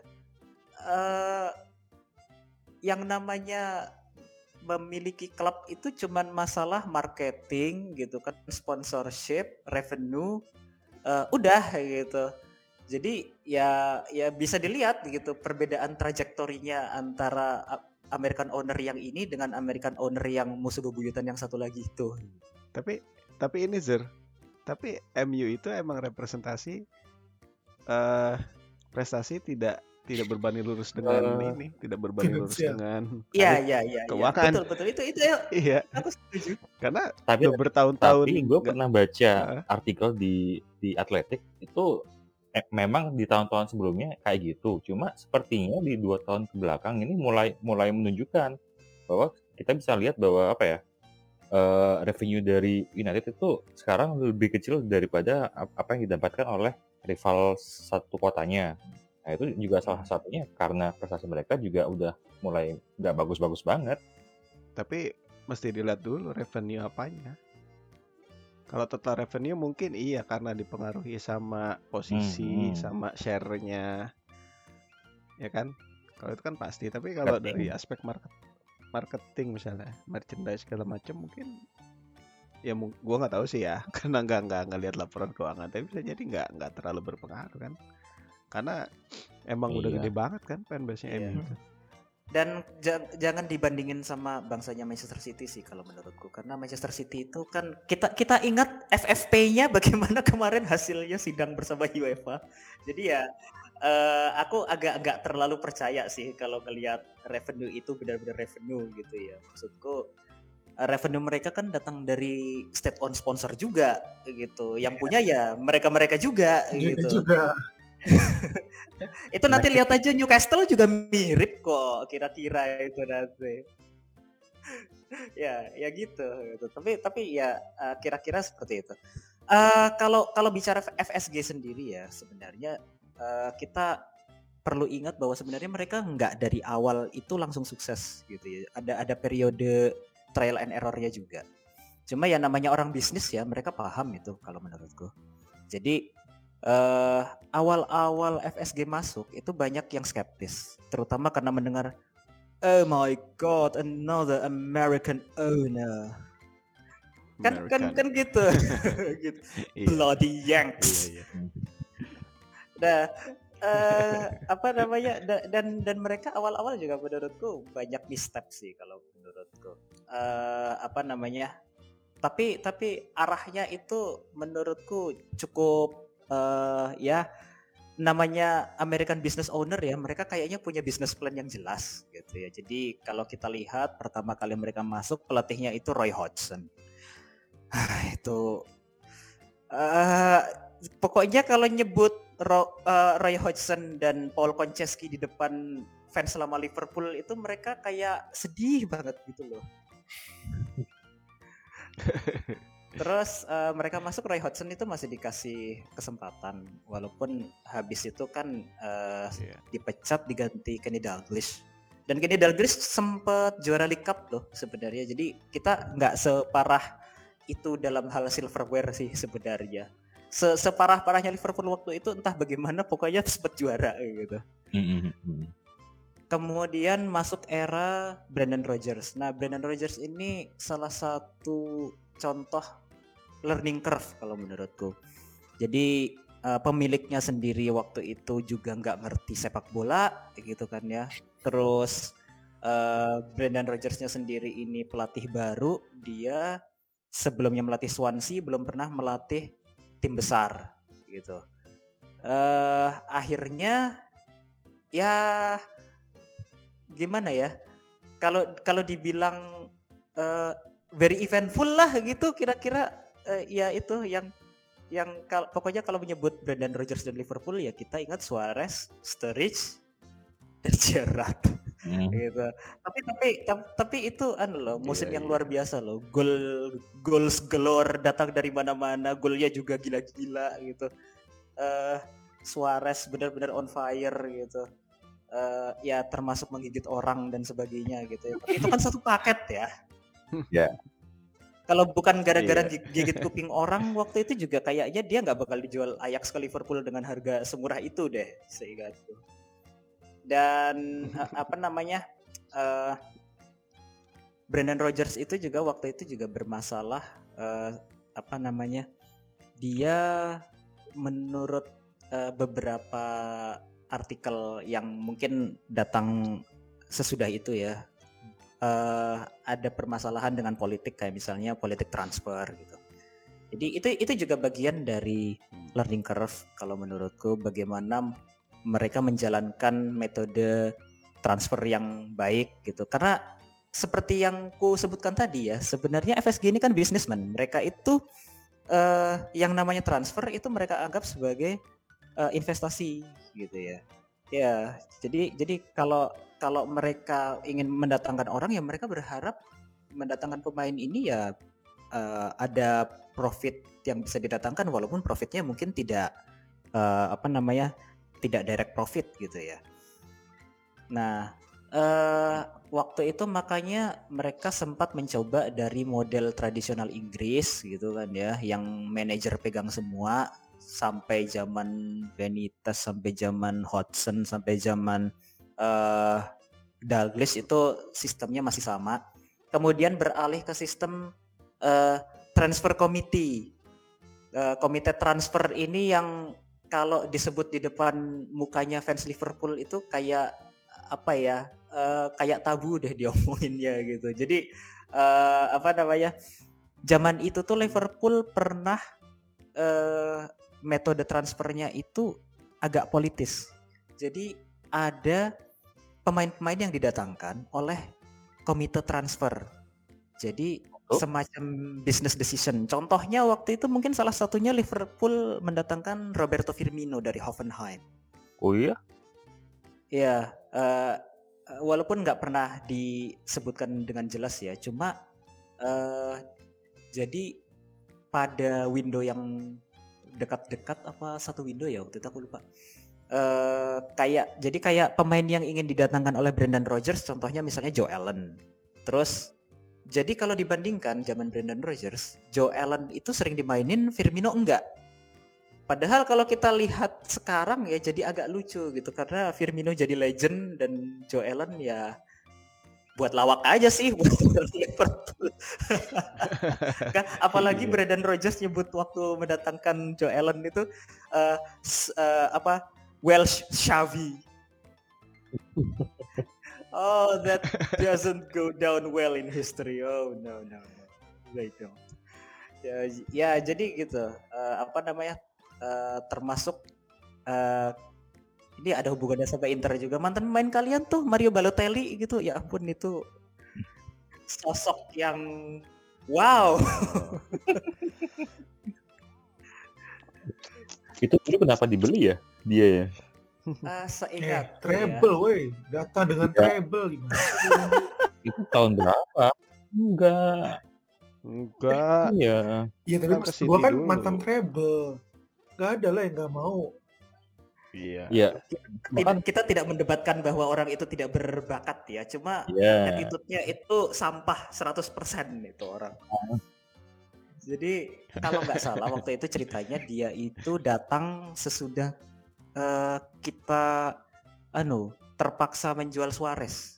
yang namanya memiliki klub itu cuman masalah marketing gitu kan, sponsorship, revenue, udah gitu. Jadi ya bisa dilihat gitu perbedaan trajektorinya antara American owner yang ini dengan American owner yang musuh bebuyutan yang satu lagi itu. Tapi ini Zer, tapi MU itu emang representasi prestasi tidak berbanding lurus dengan ini, tidak berbanding lurus dengan keuangan. Betul itu ya. Iya. Aku setuju. Karena tapi bertahun-tahun. Tapi gue pernah baca artikel di Athletic itu memang di tahun-tahun sebelumnya kayak gitu. Cuma sepertinya di 2 tahun ke belakang ini mulai menunjukkan bahwa kita bisa lihat bahwa revenue dari United itu sekarang lebih kecil daripada apa yang didapatkan oleh rival satu kotanya. Nah itu juga salah satunya karena prestasi mereka juga udah mulai nggak bagus-bagus banget. Tapi mesti dilihat dulu revenue apanya. Kalau total revenue mungkin iya karena dipengaruhi sama posisi, sama share-nya, ya kan? Kalau itu kan pasti. Tapi kalau dari aspek marketing misalnya, merchandise segala macam mungkin ya gue nggak tahu sih ya karena nggak ngelihat laporan keuangan, tapi bisa jadi nggak terlalu berpengaruh kan karena emang udah gede banget kan fanbase-nya MU itu. Dan jangan dibandingin sama bangsanya Manchester City sih kalau menurutku, karena Manchester City itu kan kita ingat FFP-nya bagaimana kemarin hasilnya sidang bersama UEFA. Jadi ya aku agak terlalu percaya sih kalau ngelihat revenue itu benar-benar revenue gitu ya. Maksudku revenue mereka kan datang dari state owned sponsor juga gitu. Yang punya ya mereka juga gitu. Itu nanti lihat aja Newcastle juga mirip kok kira-kira itu nanti. ya gitu. Tapi ya kira-kira seperti itu. Kalau bicara FSG sendiri ya sebenarnya kita perlu ingat bahwa sebenarnya mereka nggak dari awal itu langsung sukses gitu ya. Ada periode trial and error-nya juga. Cuma ya namanya orang bisnis ya, mereka paham itu kalau menurutku. Jadi awal-awal FSG masuk itu banyak yang skeptis, terutama karena mendengar oh my god, another American owner. Kan gitu. Gitu. Bloody Yanks. Nah, dan mereka awal-awal juga menurutku banyak misstep sih kalau menurutku. Tapi arahnya itu menurutku cukup ya, namanya American business owner ya, mereka kayaknya punya business plan yang jelas gitu ya. Jadi kalau kita lihat pertama kali mereka masuk, pelatihnya itu Roy Hodgson. Itu pokoknya kalau nyebut Roy Hodgson dan Paul Konchesky di depan fans selama Liverpool itu mereka kayak sedih banget gitu loh. Terus mereka masuk, Roy Hodgson itu masih dikasih kesempatan walaupun habis itu kan dipecat, diganti Kenny Dalglish. Dan Kenny Dalglish sempat juara League Cup loh sebenarnya. Jadi kita nggak separah itu dalam hal silverware sih sebenarnya. Separah-parahnya Liverpool waktu itu entah bagaimana, pokoknya sempat juara gitu. Kemudian masuk era Brendan Rodgers. Nah, Brendan Rodgers ini salah satu contoh learning curve kalau menurutku. Jadi pemiliknya sendiri waktu itu juga nggak ngerti sepak bola gitu kan ya. Terus Brendan Rodgers-nya sendiri ini pelatih baru, dia sebelumnya melatih Swansea, belum pernah melatih tim besar gitu. Akhirnya ya gimana ya? Kalau dibilang very eventful lah gitu kira-kira. Ya itu yang pokoknya kalau menyebut Brendan Rodgers dan Liverpool ya kita ingat Suarez, Sturridge, dan Gerrard gitu. Tapi itu loh, musim yang luar biasa loh. Goals galore datang dari mana-mana, golnya juga gila-gila gitu. Suarez benar-benar on fire gitu. Ya termasuk menggigit orang dan sebagainya gitu ya. Itu kan satu paket ya. Ya. Kalau bukan gara-gara gigit kuping orang waktu itu juga kayaknya dia nggak bakal dijual Ajax ke Liverpool dengan harga semurah itu deh, seingatku. Dan Brendan Rodgers itu juga waktu itu juga bermasalah, dia menurut beberapa artikel yang mungkin datang sesudah itu ya, ada permasalahan dengan politik, kayak misalnya politik transfer gitu. Jadi itu juga bagian dari learning curve kalau menurutku, bagaimana mereka menjalankan metode transfer yang baik gitu. Karena seperti yang ku sebutkan tadi ya, sebenarnya FSG ini kan businessman. Mereka itu yang namanya transfer itu mereka anggap sebagai investasi gitu ya. Ya, jadi kalau mereka ingin mendatangkan orang ya mereka berharap mendatangkan pemain ini ya ada profit yang bisa didatangkan, walaupun profitnya mungkin tidak tidak direct profit gitu ya. Nah, waktu itu makanya mereka sempat mencoba dari model tradisional Inggris gitu kan ya, yang manajer pegang semua, sampai zaman Benitez, sampai zaman Hodgson, sampai zaman Dalglish itu sistemnya masih sama. Kemudian beralih ke sistem transfer committee. Komite transfer ini yang kalau disebut di depan mukanya fans Liverpool itu kayak kayak tabu deh diomonginnya gitu. Jadi zaman itu tuh Liverpool pernah metode transfernya itu agak politis. Jadi ada pemain-pemain yang didatangkan oleh komite transfer. Jadi semacam business decision. Contohnya waktu itu mungkin salah satunya Liverpool mendatangkan Roberto Firmino dari Hoffenheim. Oh iya? Ya, walaupun nggak pernah disebutkan dengan jelas ya. Cuma jadi pada window yang dekat-dekat apa satu window ya waktu itu aku lupa. Kayak pemain yang ingin didatangkan oleh Brendan Rodgers, contohnya misalnya Joe Allen. Terus jadi kalau dibandingkan zaman Brendan Rodgers, Joe Allen itu sering dimainin, Firmino enggak. Padahal kalau kita lihat sekarang ya jadi agak lucu gitu, karena Firmino jadi legend dan Joe Allen ya buat lawak aja sih buat Liverpool. Apalagi Brendan Rodgers nyebut waktu mendatangkan Joe Allen itu Welsh Xavi. Oh, that doesn't go down well in history. Oh no, they don't. Ya jadi gitu. Apa namanya? Termasuk ini ada hubungannya sama Inter juga. Mantan pemain kalian tuh Mario Balotelli gitu. Ya ampun, itu sosok yang wow. Itu kenapa dibeli ya dia ya? Seingat treble woi, datang dengan treble gimana? Itu tahun berapa? Enggak. Iya. Iya, tapi maksud gua kan mantan treble. Gak ada lah yang gak mau. Iya. Kita tidak mendebatkan bahwa orang itu tidak berbakat ya, cuma attitude-nya itu sampah 100% itu orang. Jadi kalau nggak salah waktu itu ceritanya dia itu datang sesudah kita terpaksa menjual Suarez.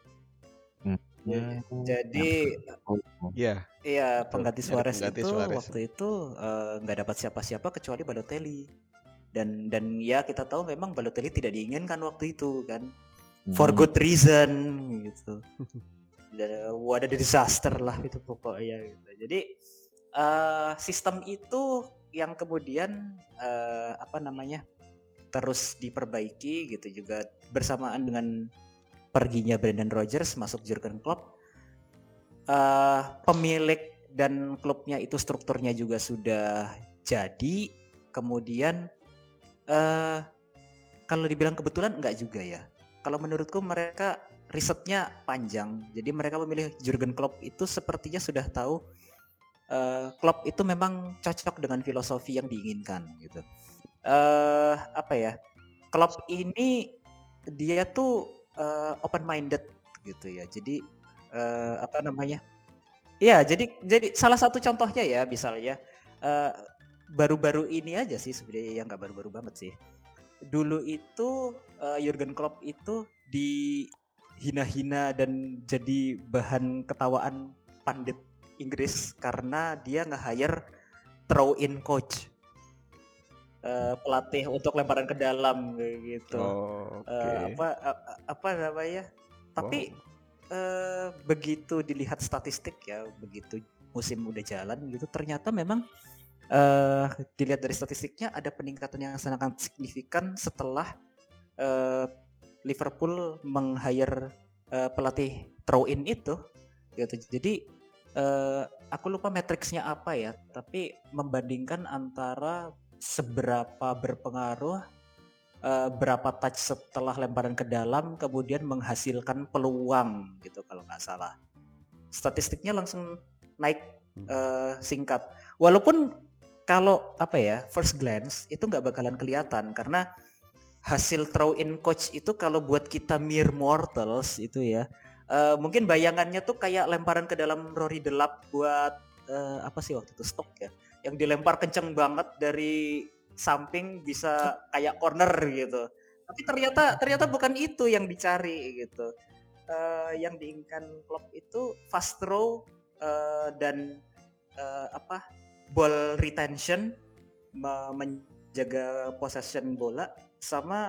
Jadi pengganti Suarez waktu itu nggak dapat siapa-siapa kecuali Balotelli. Dan ya kita tahu memang Balotelli tidak diinginkan waktu itu kan, for good reason gitu. Ada disaster lah itu pokoknya gitu. Jadi sistem itu yang kemudian terus diperbaiki gitu juga bersamaan dengan perginya Brendan Rodgers masuk Jurgen Klopp. Pemilik dan klubnya itu strukturnya juga sudah jadi. Kemudian kalau dibilang kebetulan enggak juga ya. Kalau menurutku mereka risetnya panjang. Jadi mereka memilih Jurgen Klopp itu sepertinya sudah tahu Klopp itu memang cocok dengan filosofi yang diinginkan gitu. Klopp ini dia tuh open minded gitu ya. Jadi ya jadi salah satu contohnya ya misalnya baru-baru ini aja sih sebenarnya, yang nggak baru-baru banget sih. Dulu itu Jurgen Klopp itu dihina-hina dan jadi bahan ketawaan pandit Inggris karena dia nge-hire throw-in coach, pelatih untuk lemparan ke dalam gitu. Tapi begitu dilihat statistik ya, begitu musim udah jalan gitu, ternyata memang dilihat dari statistiknya ada peningkatan yang sangat signifikan setelah Liverpool meng-hire pelatih throw-in itu gitu. Jadi aku lupa matriksnya apa ya, tapi membandingkan antara seberapa berpengaruh berapa touch setelah lemparan ke dalam kemudian menghasilkan peluang gitu kalau nggak salah. Statistiknya langsung naik singkat. Walaupun kalau first glance itu nggak bakalan kelihatan karena hasil throw-in coach itu kalau buat kita mere mortals itu ya, mungkin bayangannya tuh kayak lemparan ke dalam Rory Delap buat waktu itu Stoke ya, yang dilempar kenceng banget dari samping bisa kayak corner gitu. Tapi ternyata bukan itu yang dicari gitu. Yang diinginkan Klopp itu fast throw dan ball retention, menjaga possession bola sama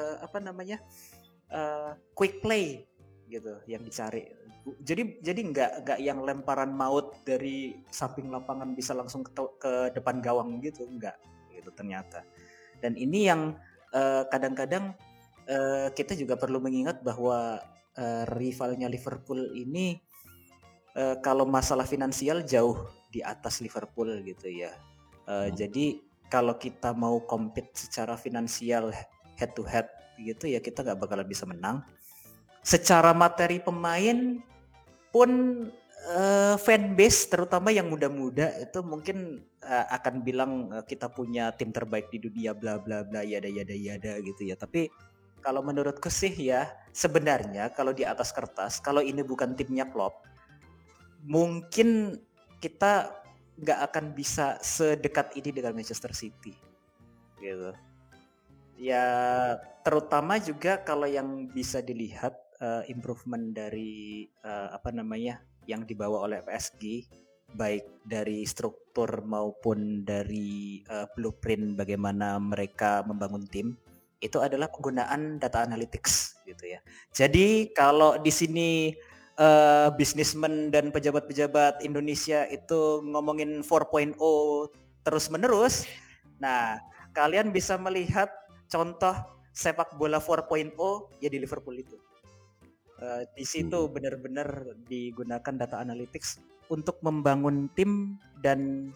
quick play gitu yang dicari. Jadi nggak yang lemparan maut dari samping lapangan bisa langsung ke depan gawang gitu, enggak gitu ternyata. Dan ini yang kadang-kadang kita juga perlu mengingat bahwa rivalnya Liverpool ini kalau masalah finansial jauh di atas Liverpool gitu ya. Jadi kalau kita mau compete secara finansial head to head gitu ya, kita nggak bakalan bisa menang. Secara materi pemain pun fanbase terutama yang muda-muda itu mungkin akan bilang kita punya tim terbaik di dunia bla bla bla yada gitu ya. Tapi kalau menurutku sih ya sebenarnya kalau di atas kertas, kalau ini bukan timnya Klopp, mungkin kita nggak akan bisa sedekat ini dengan Manchester City gitu. Ya terutama juga kalau yang bisa dilihat improvement dari yang dibawa oleh PSG, baik dari struktur maupun dari blueprint bagaimana mereka membangun tim, itu adalah penggunaan data analytics gitu ya. Jadi kalau di sini bisnismen dan pejabat-pejabat Indonesia itu ngomongin 4.0 terus-menerus. Nah, kalian bisa melihat contoh sepak bola 4.0 ya di Liverpool itu. Di situ benar-benar digunakan data analytics untuk membangun tim dan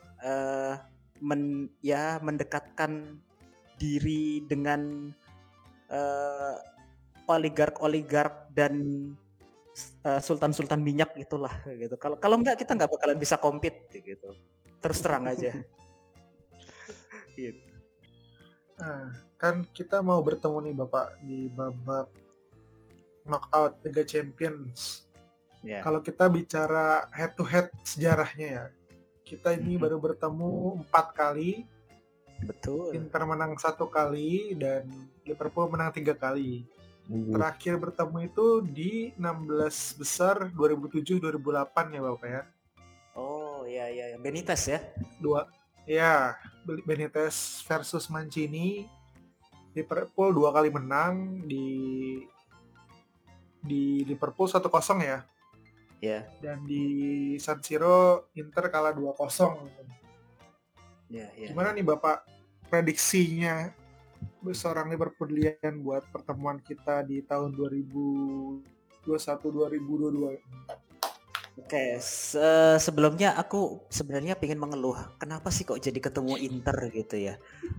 mendekatkan diri dengan oligark dan sultan-sultan minyak gitulah gitu. Kalau enggak kita nggak bakalan bisa compete gitu. Terus terang aja. Gitu. Nah, kan kita mau bertemu nih Bapak di babak knockout Liga Champions. Yeah. Kalau kita bicara head to head sejarahnya ya, kita ini baru bertemu 4 kali. Betul. Inter menang 1 kali dan Liverpool menang 3 kali. Terakhir bertemu itu di 16 besar 2007-2008 ya Bapak ya. Oh iya Benitez ya. Benitez versus Mancini. Liverpool 2 kali menang di Liverpool 1-0 ya. Ya. Dan di San Siro Inter kalah 2-0. Ya. Gimana nih Bapak prediksinya seorang Liverpoolian buat pertemuan kita di tahun 2021-2022? Oke, sebelumnya aku sebenarnya pengen mengeluh. Kenapa sih kok jadi ketemu Inter gitu ya?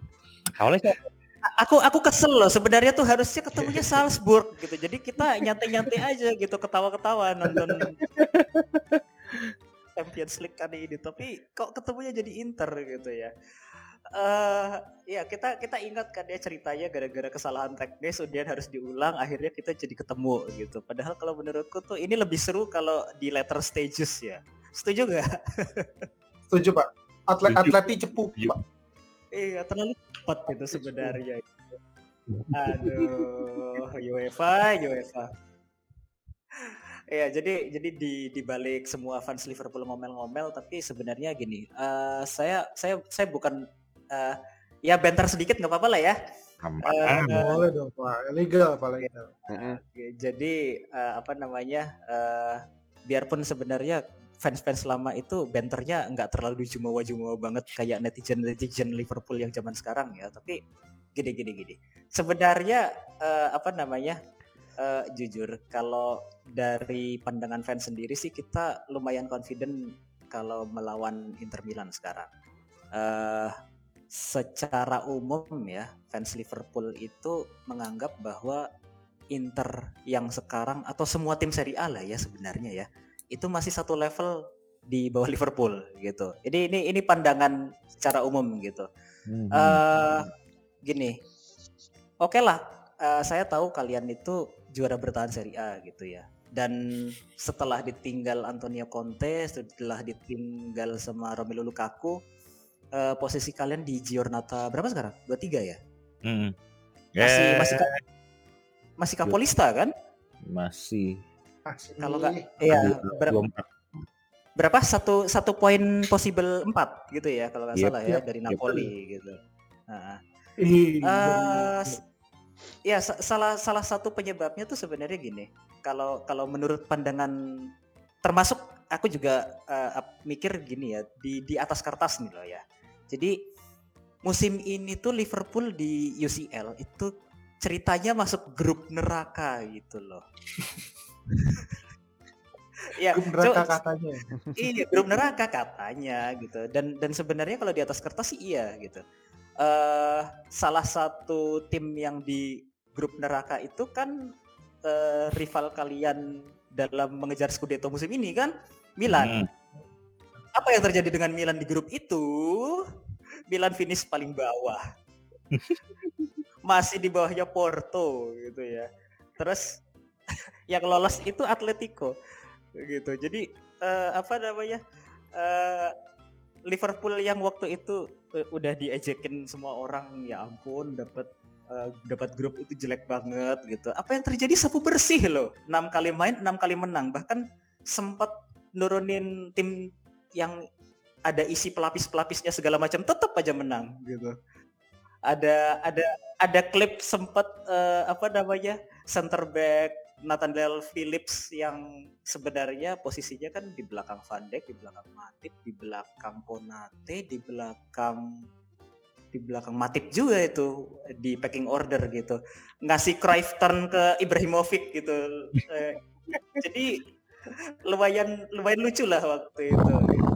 Aku kesel loh. Sebenarnya tuh harusnya ketemunya Salzburg gitu. Jadi kita nyantai-nyantai aja gitu, ketawa-ketawa nonton Champions League kali ini. Tapi kok ketemunya jadi Inter gitu ya? Ya kita ingat kan ya ceritanya gara-gara kesalahan teknis kemudian harus diulang, akhirnya kita jadi ketemu gitu. Padahal kalau menurutku tuh ini lebih seru kalau di later stages ya. Setuju nggak? Setuju Pak. Atleti cepu Pak. Iya terlalu cepat itu sebenarnya. Aduh, UEFA. Ya jadi di balik semua fans Liverpool ngomel-ngomel, tapi sebenarnya gini, saya bukan ya bentar sedikit nggak apa-apa lah ya. Boleh dong Pak, legal apalagi. Jadi biarpun sebenarnya fans lama itu benternya nggak terlalu jumawa banget kayak netizen Liverpool yang zaman sekarang ya, tapi gini. Sebenarnya jujur kalau dari pandangan fans sendiri sih kita lumayan confident kalau melawan Inter Milan sekarang. Secara umum ya fans Liverpool itu menganggap bahwa Inter yang sekarang atau semua tim Serie A lah ya sebenarnya ya itu masih satu level di bawah Liverpool gitu. Ini pandangan secara umum gitu. Gini, oke lah, saya tahu kalian itu juara bertahan Serie A gitu ya. Dan setelah ditinggal Antonio Conte, setelah ditinggal sama Romelu Lukaku, posisi kalian di Giornata berapa sekarang? 23 ya? Masih Kapolista kan? Masih. Kalau nggak, ya berapa? Satu poin possible 4 gitu ya kalau nggak salah ya dari Napoli gitu. Ya salah satu penyebabnya tuh sebenarnya gini. Kalau menurut pandangan, termasuk aku juga mikir gini ya di atas kertas nih loh ya. Jadi musim ini tuh Liverpool di UCL itu ceritanya masuk grup neraka gitu loh. Ya, grup neraka katanya. Iya, grup neraka katanya gitu. Dan sebenarnya kalau di atas kertas sih iya gitu. Salah satu tim yang di grup neraka itu kan rival kalian dalam mengejar Scudetto musim ini kan Milan. Apa yang terjadi dengan Milan di grup itu? Milan finish paling bawah. Masih di bawahnya Porto gitu ya. Terus yang lolos itu Atletico gitu. Jadi Liverpool yang waktu itu udah diejekin semua orang, ya ampun dapat grup itu jelek banget gitu. Apa yang terjadi sapu bersih loh. 6 kali main 6 kali menang, bahkan sempat nurunin tim yang ada isi pelapis-pelapisnya segala macam tetap aja menang gitu. Ada klip sempat center back Nathaniel Phillips yang sebenarnya posisinya kan di belakang Van Dijk, di belakang Matip, di belakang Konate, di belakang Matip juga itu di pecking order gitu. Ngasih Cruyff turn ke Ibrahimovic gitu. Jadi lumayan lucu lah waktu itu gitu.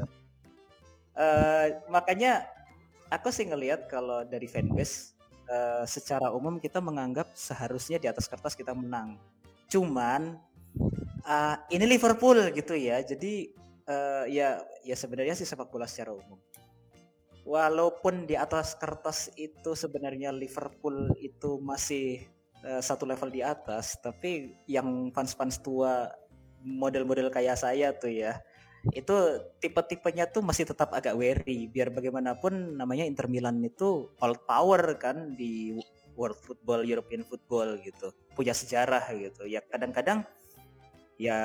Makanya aku sih ngelihat kalau dari fanbase secara umum kita menganggap seharusnya di atas kertas kita menang. Cuman ini Liverpool gitu ya. Jadi ya sebenarnya sih sepak bola secara umum. Walaupun di atas kertas itu sebenarnya Liverpool itu masih satu level di atas, tapi yang fans-fans tua model-model kayak saya tuh ya, itu tipe-tipenya tuh masih tetap agak wary. Biar bagaimanapun namanya Inter Milan itu old power kan di world football, European football gitu, punya sejarah gitu. Ya kadang-kadang ya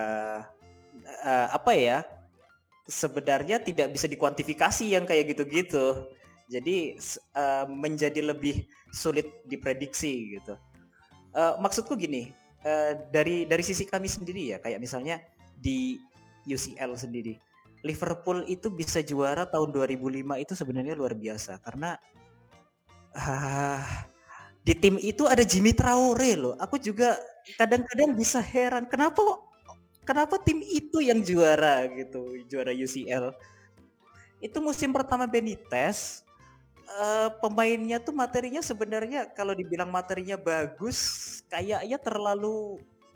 sebenarnya tidak bisa dikuantifikasi yang kayak gitu-gitu. Jadi menjadi lebih sulit diprediksi gitu. Maksudku gini, dari sisi kami sendiri ya, kayak misalnya di UCL sendiri, Liverpool itu bisa juara tahun 2005 itu sebenarnya luar biasa karena di tim itu ada Jimmy Traore loh. Aku juga kadang-kadang bisa heran kenapa tim itu yang juara gitu, juara UCL. Itu musim pertama Benitez, pemainnya tuh materinya sebenarnya kalau dibilang materinya bagus, kayaknya terlalu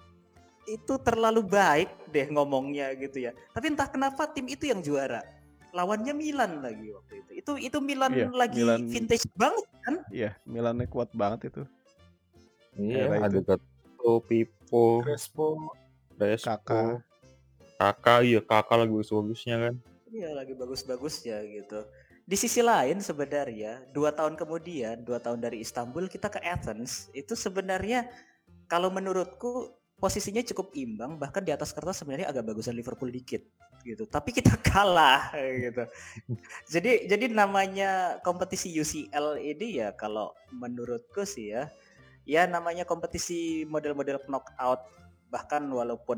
baik deh ngomongnya gitu ya. Tapi entah kenapa tim itu yang juara. Lawannya Milan lagi waktu itu. Itu Milan lagi Milan, vintage banget kan? Iya, Milannya kuat banget itu. Iya, ada Gattuso, Pipo, Crespo, Kakak. Iya, Kakak lagi bagus-bagusnya kan? Iya, lagi bagus-bagusnya gitu. Di sisi lain sebenarnya 2 tahun kemudian, 2 tahun dari Istanbul kita ke Athens, itu sebenarnya kalau menurutku posisinya cukup imbang, bahkan di atas kertas sebenarnya agak bagusan Liverpool dikit gitu. Tapi kita kalah gitu. Jadi namanya kompetisi UCL ini ya kalau menurutku sih ya namanya kompetisi model-model knockout, bahkan walaupun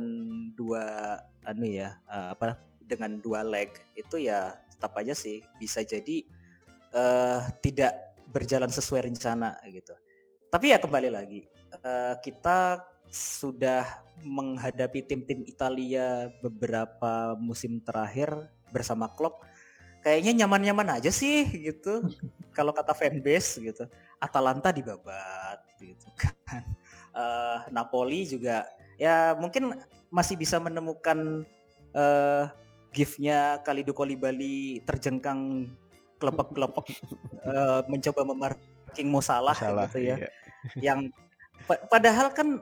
dengan 2 leg itu ya tetap aja sih bisa jadi tidak berjalan sesuai rencana gitu. Tapi ya kembali lagi, kita sudah menghadapi tim-tim Italia beberapa musim terakhir bersama Klopp, kayaknya nyaman-nyaman aja sih gitu. Kalau kata fanbase gitu, Atalanta dibabat gitu kan. Napoli juga ya mungkin masih bisa menemukan gift-nya Kalidou Koulibaly terjengkang kelompok-kelompok mencoba memarking Mo Salah gitu ya. Iya. Yang padahal kan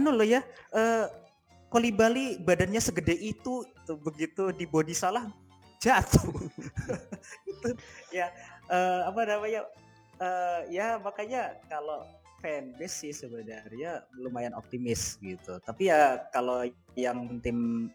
Koulibaly badannya segede itu tuh, begitu di body Salah jatuh. Itu ya ya makanya kalau fanbase sih sebenarnya lumayan optimis gitu. Tapi ya kalau yang tim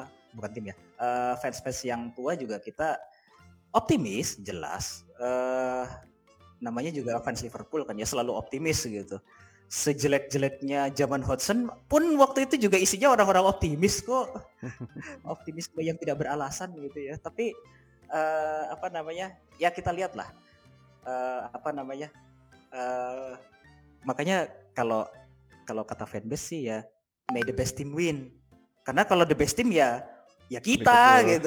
fans yang tua juga kita optimis jelas. Namanya juga fans Liverpool kan ya selalu optimis gitu. Sejelek-jeleknya zaman Hodgson pun waktu itu juga isinya orang-orang optimis kok. Optimisme yang tidak beralasan gitu ya. Tapi ya kita lihatlah makanya kalau kata fanbase sih ya may the best team win. Karena kalau the best team ya kita gitu.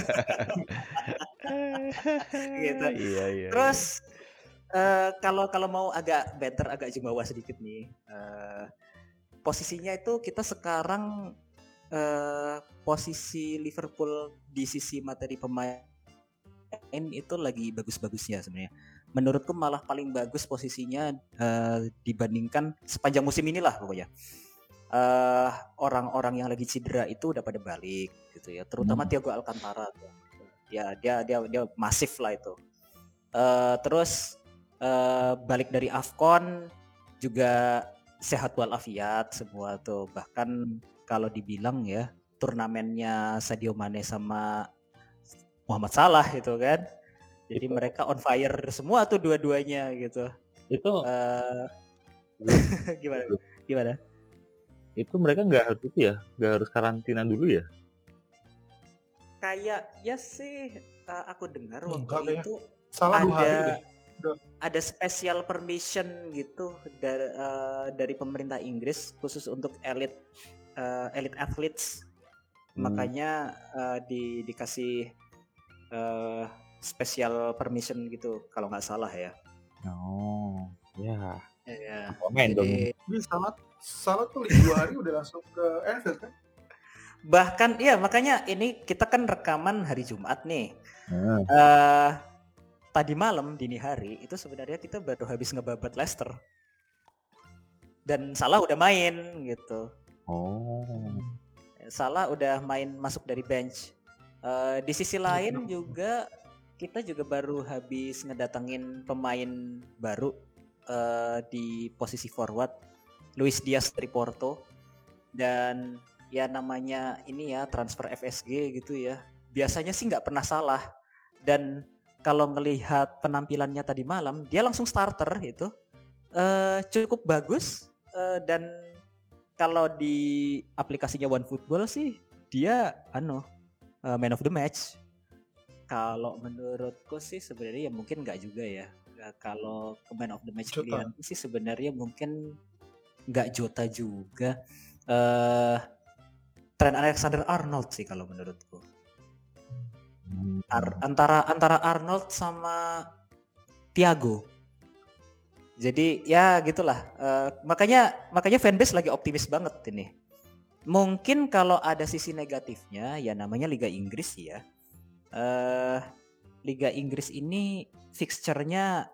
Gitu. Iya. Terus kalau mau agak banter, agak jumawa sedikit nih, posisinya itu kita sekarang posisi Liverpool di sisi materi pemain itu lagi bagus-bagusnya sebenarnya. Menurutku malah paling bagus posisinya dibandingkan sepanjang musim inilah pokoknya. Orang-orang yang lagi cedera itu udah pada balik gitu ya, terutama Thiago Alcantara. Ya dia masif lah itu. Terus balik dari AFCON juga sehat walafiat semua tuh. Bahkan kalau dibilang ya turnamennya Sadio Mane sama Muhammad Salah itu kan. Jadi mereka on fire semua tuh dua-duanya gitu. Itu gimana? itu mereka nggak harus itu ya, nggak harus karantina dulu ya? Kayaknya sih aku dengar Enggak, waktu kayaknya. itu Salah 2 hari deh. ada special permission gitu dari pemerintah Inggris khusus untuk elite athletes. Makanya dikasih special permission gitu kalau nggak salah ya. Oh, ya. Ya. Komen dong. Ini salah tuh 2 hari udah langsung ke Anfield kan? Bahkan iya, makanya ini kita kan rekaman hari Jumat nih. Tadi malam dini hari itu sebenarnya kita baru habis ngebabat Leicester. Dan Salah udah main gitu. Salah udah main masuk dari bench. Di sisi lain juga kita juga baru habis ngedatangin pemain baru di posisi forward, Luis Diaz dari Porto. Dan ya namanya ini ya transfer FSG gitu ya. Biasanya sih nggak pernah salah. Dan kalau ngelihat penampilannya tadi malam, dia langsung starter itu cukup bagus dan kalau di aplikasinya OneFootball sih dia man of the match. Kalau menurutku sih sebenarnya ya mungkin nggak juga ya. Kalau ke man of the match pilihan sih sebenarnya mungkin nggak Jota juga. Trent Alexander-Arnold sih kalau menurutku. Antara Arnold sama Thiago. Jadi ya gitulah. Makanya fanbase lagi optimis banget ini. Mungkin kalau ada sisi negatifnya ya namanya Liga Inggris ya. Liga Inggris ini fixture-nya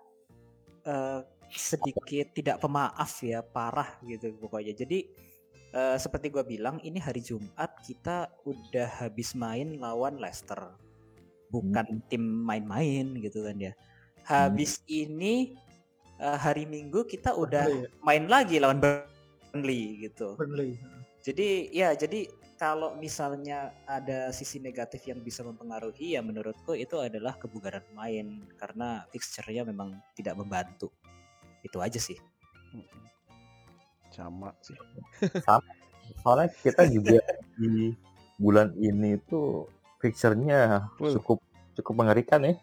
sedikit tidak pemaaf ya, parah gitu pokoknya. Jadi seperti gue bilang ini hari Jumat kita udah habis main lawan Leicester. Bukan tim main-main gitu kan ya. Habis ini hari Minggu kita udah main lagi lawan Burnley gitu. Jadi kalau misalnya ada sisi negatif yang bisa mempengaruhi ya menurutku itu adalah kebugaran pemain karena fixture-nya memang tidak membantu. Itu aja sih. Sama sih. Soalnya kita juga di bulan ini tuh fixture-nya cukup mengerikan ya.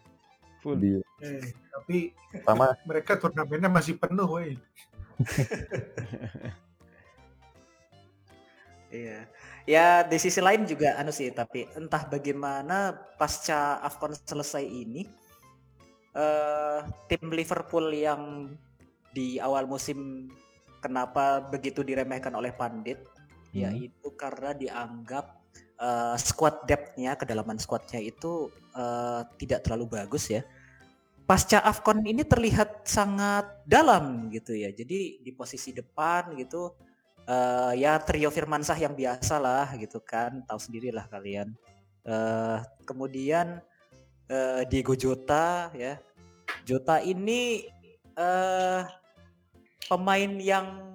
Tapi sama mereka turnamennya masih penuh, woi. Iya. Ya di sisi lain juga sih, tapi entah bagaimana pasca AFCON selesai ini tim Liverpool yang di awal musim kenapa begitu diremehkan oleh pandit yaitu karena dianggap squad depth-nya, kedalaman squad-nya itu tidak terlalu bagus ya. Pasca AFCON ini terlihat sangat dalam gitu ya. Jadi di posisi depan gitu ya trio Firmansyah yang biasa lah gitu kan, tahu sendirilah kalian. Kemudian Diego Jota ya. Jota ini pemain yang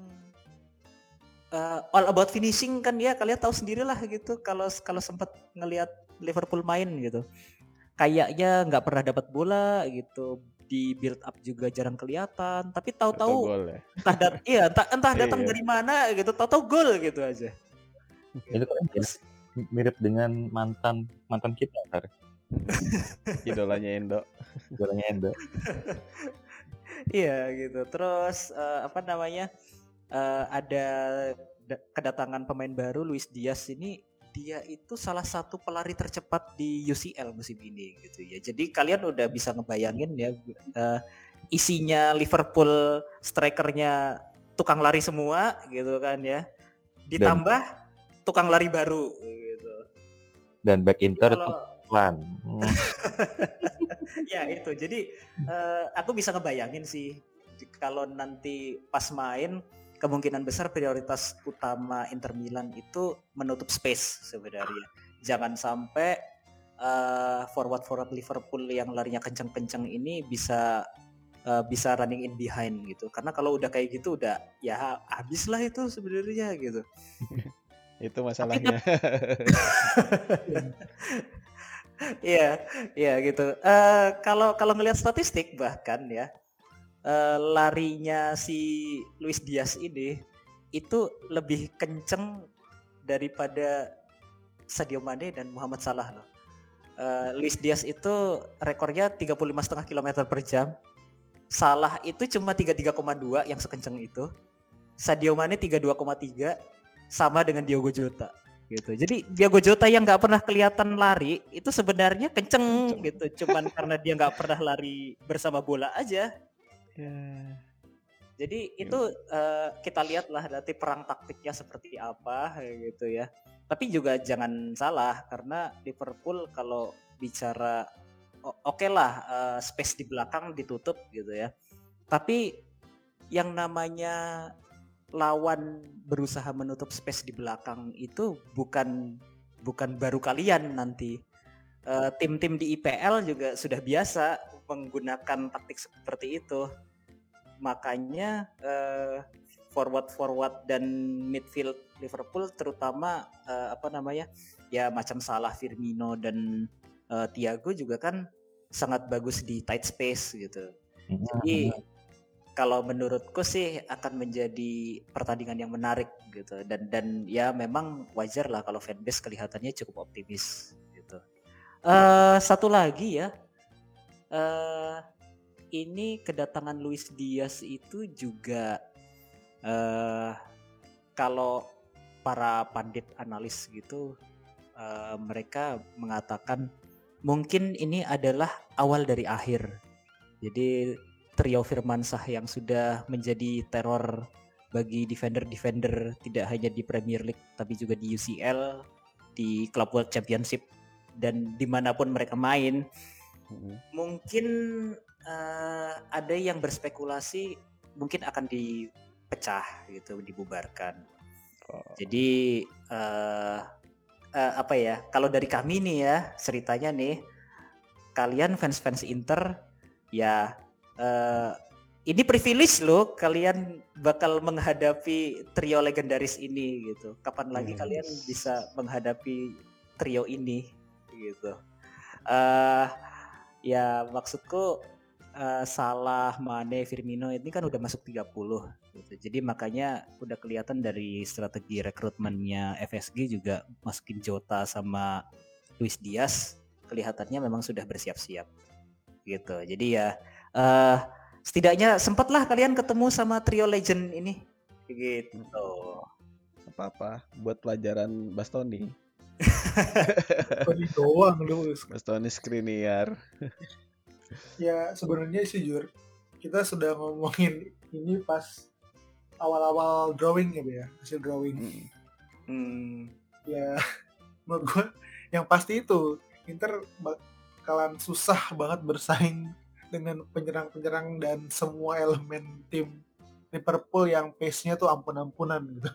all about finishing kan ya, kalian tahu sendirilah gitu kalau sempat ngelihat Liverpool main gitu. Kayaknya nggak pernah dapat bola gitu, di build up juga jarang kelihatan, tapi tahu-tahu entah datang dari mana gitu, tahu-tahu gol gitu aja. Itu kan mirip dengan mantan kita kan. Idolanya Endo. Iya gitu. Terus ada kedatangan pemain baru Luis Diaz ini. Dia itu salah satu pelari tercepat di UCL musim ini gitu ya. Jadi kalian udah bisa ngebayangin ya isinya Liverpool strikernya tukang lari semua gitu kan ya. Ditambah tukang lari baru gitu. Dan back Inter itu plan. Ya itu. Jadi aku bisa ngebayangin sih kalau nanti pas main kemungkinan besar prioritas utama Inter Milan itu menutup space sebenarnya. Jangan sampai forward Liverpool yang larinya kencang-kencang ini bisa running in behind gitu. Karena kalau udah kayak gitu udah ya habis lah itu sebenarnya gitu. Itu masalahnya. Iya gitu. Kalau ngelihat statistik bahkan ya. Larinya si Luis Diaz ini itu lebih kenceng daripada Sadio Mane dan Muhammad Salah loh. Luis Diaz itu rekornya 35,5 km per jam. Salah itu cuma 33,2 yang sekenceng itu. Sadio Mane 32,3 sama dengan Diogo Jota gitu. Jadi Diogo Jota yang nggak pernah kelihatan lari itu sebenarnya kenceng gitu. Cuman karena dia nggak pernah lari bersama bola aja. Jadi itu kita lihatlah nanti perang taktiknya seperti apa gitu ya. Tapi juga jangan salah karena Liverpool kalau bicara oke lah space di belakang ditutup gitu ya. Tapi yang namanya lawan berusaha menutup space di belakang itu bukan baru kalian nanti. Tim-tim di IPL juga sudah biasa menggunakan taktik seperti itu. Makanya forward dan midfield Liverpool terutama ya macam Salah, Firmino dan Thiago juga kan sangat bagus di tight space gitu. Jadi kalau menurutku sih akan menjadi pertandingan yang menarik gitu dan ya memang wajar lah kalau fanbase kelihatannya cukup optimis gitu. Satu lagi ya, ini kedatangan Luis Diaz itu juga kalau para pandit analis gitu mereka mengatakan mungkin ini adalah awal dari akhir. Jadi trio Firmansyah yang sudah menjadi teror bagi defender-defender tidak hanya di Premier League tapi juga di UCL, di Club World Championship dan dimanapun mereka main. Mungkin ada yang berspekulasi mungkin akan dipecah gitu, dibubarkan. Jadi kalau dari kami nih ya ceritanya nih, kalian fans Inter ya ini privilege loh, kalian bakal menghadapi trio legendaris ini gitu. Kapan lagi kalian bisa menghadapi trio ini gitu. Ya maksudku Salah, Mane, Firmino ini kan udah masuk 30 gitu. Jadi makanya udah kelihatan dari strategi rekrutmennya FSG juga masukin Jota sama Luis Diaz kelihatannya memang sudah bersiap-siap gitu. Jadi ya setidaknya sempatlah kalian ketemu sama trio legend ini gitu. Apa-apa buat pelajaran Bastoni. Bastoni doang lu. Bastoni Skriniar. Ya sebenarnya sih Jur, kita sudah ngomongin ini pas awal-awal drawing ya, hasil drawing. Ya menurut gue yang pasti itu Inter bakalan susah banget bersaing dengan penyerang-penyerang dan semua elemen tim Liverpool yang pace-nya tuh ampun-ampunan gitu.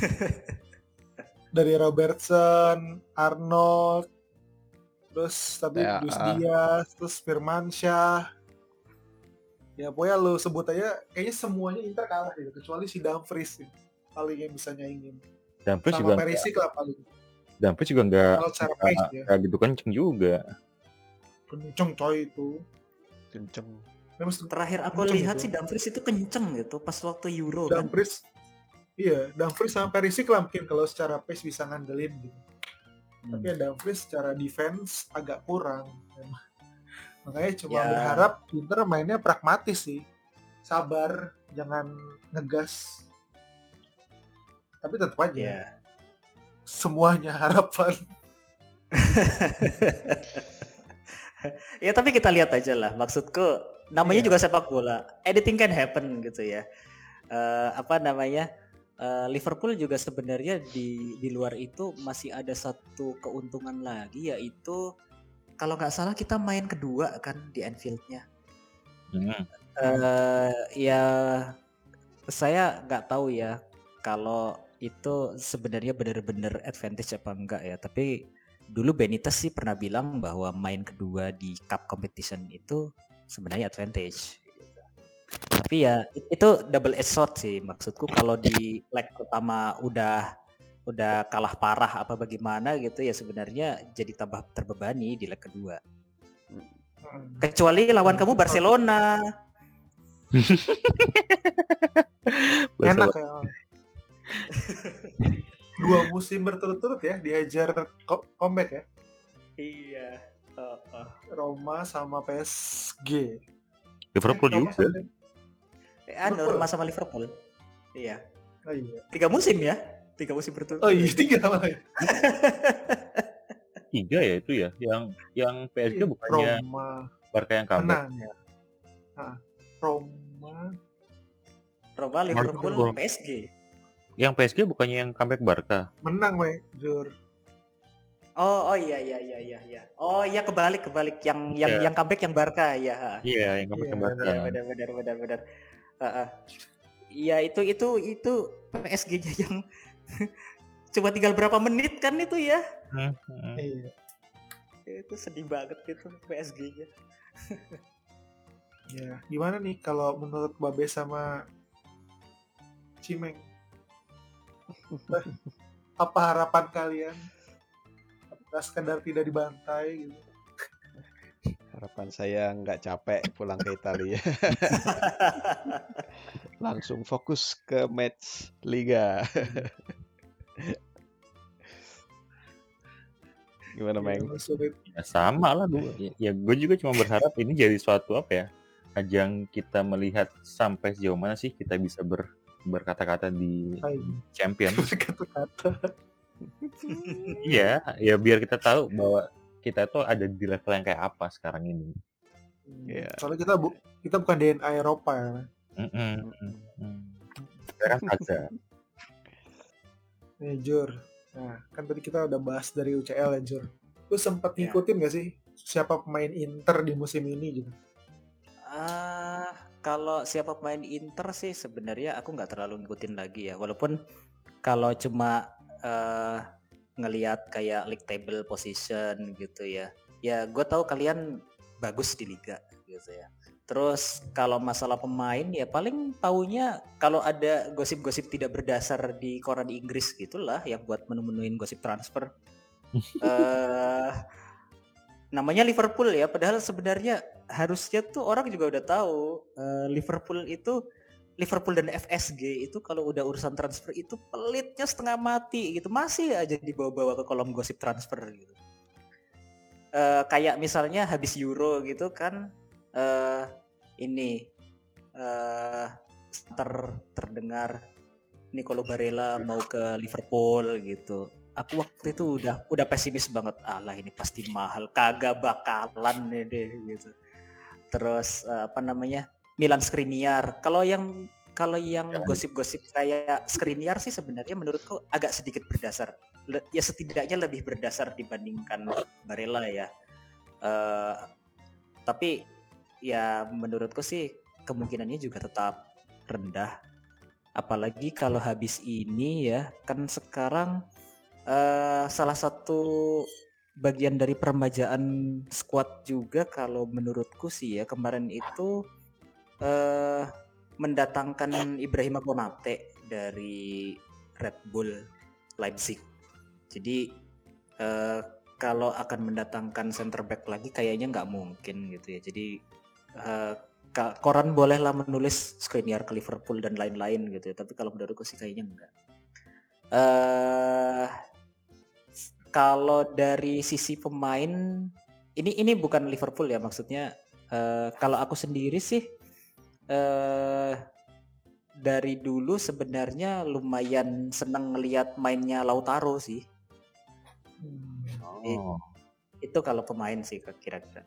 Dari Robertson, Arnold, terus Luis Diaz, terus Firmansyah. Ya pokoknya lu sebut aja kayaknya semuanya Inter kalah gitu, kecuali si Dumfries sih paling yang bisa nyaingin. Dumfries sama Perisic lah paling. Dumfries juga nggak gitu kenceng juga. Kenceng coy itu. Kenceng. Terakhir aku lihat sih Dumfries itu kenceng gitu pas waktu Euro Dumfries, kan. Iya, Dumfries sama Perisic lah mungkin kalau secara pace bisa ngandelin gitu. Tapi ya Dumfries secara defense agak kurang. Makanya cuma berharap Inter mainnya pragmatis sih. Sabar, jangan ngegas. Tapi tetap aja. Semuanya harapan. Ya tapi kita lihat aja lah. Maksudku namanya juga sepak bola. Anything can happen gitu ya. Liverpool juga sebenarnya di luar itu masih ada satu keuntungan lagi, yaitu kalau nggak salah kita main kedua kan di Anfield-nya. Ya saya nggak tahu ya kalau itu sebenarnya benar-benar advantage apa enggak ya. Tapi dulu Benitez sih pernah bilang bahwa main kedua di cup competition itu sebenarnya advantage. Tapi ya itu double edged sword sih maksudku. Kalau di leg pertama udah kalah parah apa bagaimana gitu ya sebenarnya jadi tambah terbebani di leg kedua. Kecuali lawan kamu Barcelona. Enak ya. 2 musim berturut-turut ya diajar comeback ya. Iya. Roma sama PSG. Liverpool juga. Roma sama Liverpool. Iya. Oh iya. 3 musim ya. 3 musim berturut-turut. Oh iya 3 malah ya. 3 ya itu ya. Yang PSG bukannya Roma Barca yang comeback. menang ya. Roma, Liverpool, PSG. Yang PSG bukannya yang comeback Barca. Menang weh, Jur. Oh iya. Oh iya kebalik yang comeback yang Barca ya. Iya, yang comeback yang Barca. Benar. Iya itu PSG-nya yang cuma tinggal berapa menit kan itu ya. Iya. Itu sedih banget itu PSG-nya. Ya, gimana nih kalau menurut Babe sama Cimeng? Apa harapan kalian? Apakah sekedar tidak dibantai gitu? Harapan saya nggak capek pulang ke Italia. Langsung fokus ke match Liga. Gimana, Meng? Ya sama lah gue. Ya gue juga cuma berharap ini jadi suatu ajang kita melihat sampai sejauh mana sih kita bisa berkata-kata di Champions. Berkata-kata. Iya, ya biar kita tahu bahwa kita tuh ada di level yang kayak apa sekarang ini. Yeah. Soalnya kita bukan DNA Eropa ya. Sekarang ada. Nih Jur, nah kan tadi kita udah bahas dari UCL ya Jur. Lu sempat ngikutin gak sih siapa pemain Inter di musim ini gitu? Kalau siapa pemain Inter sih sebenarnya aku nggak terlalu ngikutin lagi ya. Walaupun kalau cuma ngelihat kayak league table position gitu ya. Ya gue tahu kalian bagus di liga gitu ya. Terus kalau masalah pemain ya paling taunya kalau ada gosip-gosip tidak berdasar di koran Inggris gitulah yang buat menu-menuin gosip transfer. Namanya Liverpool ya, padahal sebenarnya harusnya tuh orang juga udah tahu Liverpool dan FSG itu kalau udah urusan transfer itu pelitnya setengah mati gitu, masih aja dibawa-bawa ke kolom gosip transfer gitu. Kayak misalnya habis Euro gitu kan, terdengar Nicolo Barella mau ke Liverpool gitu. Aku waktu itu udah pesimis banget, alah ini pasti mahal, kagak bakalan deh gitu. Terus Milan Skriniar. Kalau yang gosip-gosip kayak Skriniar sih sebenarnya menurutku agak sedikit berdasar. Ya setidaknya lebih berdasar dibandingkan Barella ya. Tapi ya menurutku sih kemungkinannya juga tetap rendah. Apalagi kalau habis ini ya, kan sekarang salah satu bagian dari peremajaan squad juga kalau menurutku sih ya kemarin itu mendatangkan Ibrahima Konate dari Red Bull Leipzig. Jadi kalau akan mendatangkan center back lagi kayaknya nggak mungkin gitu ya. Jadi koran bolehlah menulis Skriniar ke Liverpool dan lain-lain gitu ya. Tapi kalau menurutku sih kayaknya enggak. Kalau dari sisi pemain ini bukan Liverpool ya maksudnya. Kalau aku sendiri sih dari dulu sebenarnya lumayan seneng ngelihat mainnya Lautaro sih. Itu kalau pemain sih kira-kira.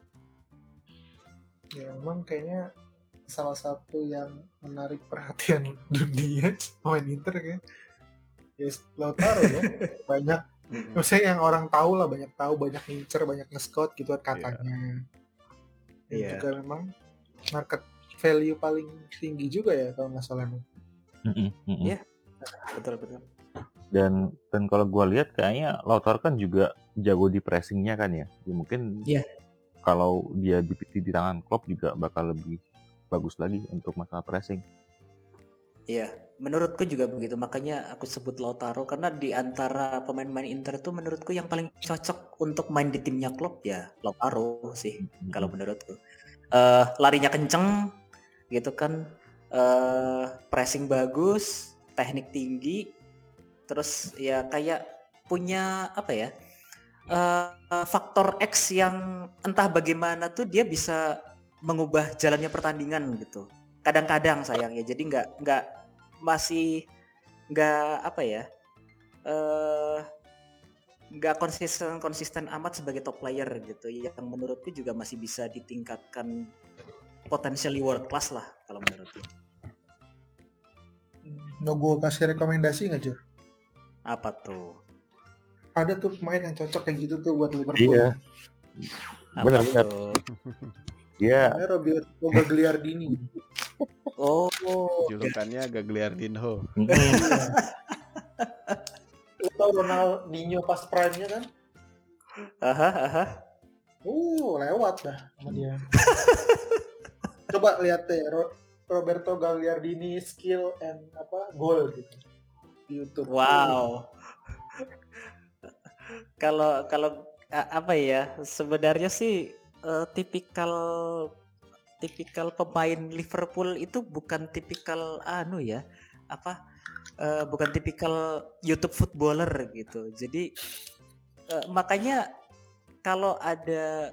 Ya memang kayaknya salah satu yang menarik perhatian dunia pemain Inter kayak Lautaro ya. Banyak maksudnya yang orang tahu lah, banyak ngincer, banyak nge-scout gitu katanya. Dan juga memang market value paling tinggi juga ya kalau nggak salah. Iya, betul. Dan kalau gue lihat kayaknya Lautaro kan juga jago di pressingnya kan ya. Mungkin kalau dia di tangan Klopp juga bakal lebih bagus lagi untuk masalah pressing. Iya, menurutku juga begitu. Makanya aku sebut Lautaro karena di antara pemain-pemain Inter itu menurutku yang paling cocok untuk main di timnya Klopp ya Lautaro sih kalau menurutku. Larinya kenceng gitu kan, pressing bagus, teknik tinggi, Terus ya kayak punya apa ya? Faktor X yang entah bagaimana tuh dia bisa mengubah jalannya pertandingan gitu. Kadang-kadang sayangnya. Jadi masih nggak apa ya? Nggak konsisten amat sebagai top player gitu. Yang menurutku juga masih bisa ditingkatkan potentially world class lah kalau menurutku. Mau gue kasih rekomendasi nggak, Jur? Apa tuh? Ada tuh pemain yang cocok kayak gitu tuh buat Liverpool. Iya. Benar. Iya. Roberto Gagliardini. Oh, julukannya Gagliardinho. Lu tau Ronaldinho pas prime-nya kan? Lewat dah sama dia. Coba lihat deh Roberto Gagliardini skill and goal gitu di YouTube. Wow. Kalau apa ya? Sebenarnya sih tipikal pemain Liverpool itu bukan tipikal bukan tipikal YouTube footballer gitu. Jadi makanya kalau ada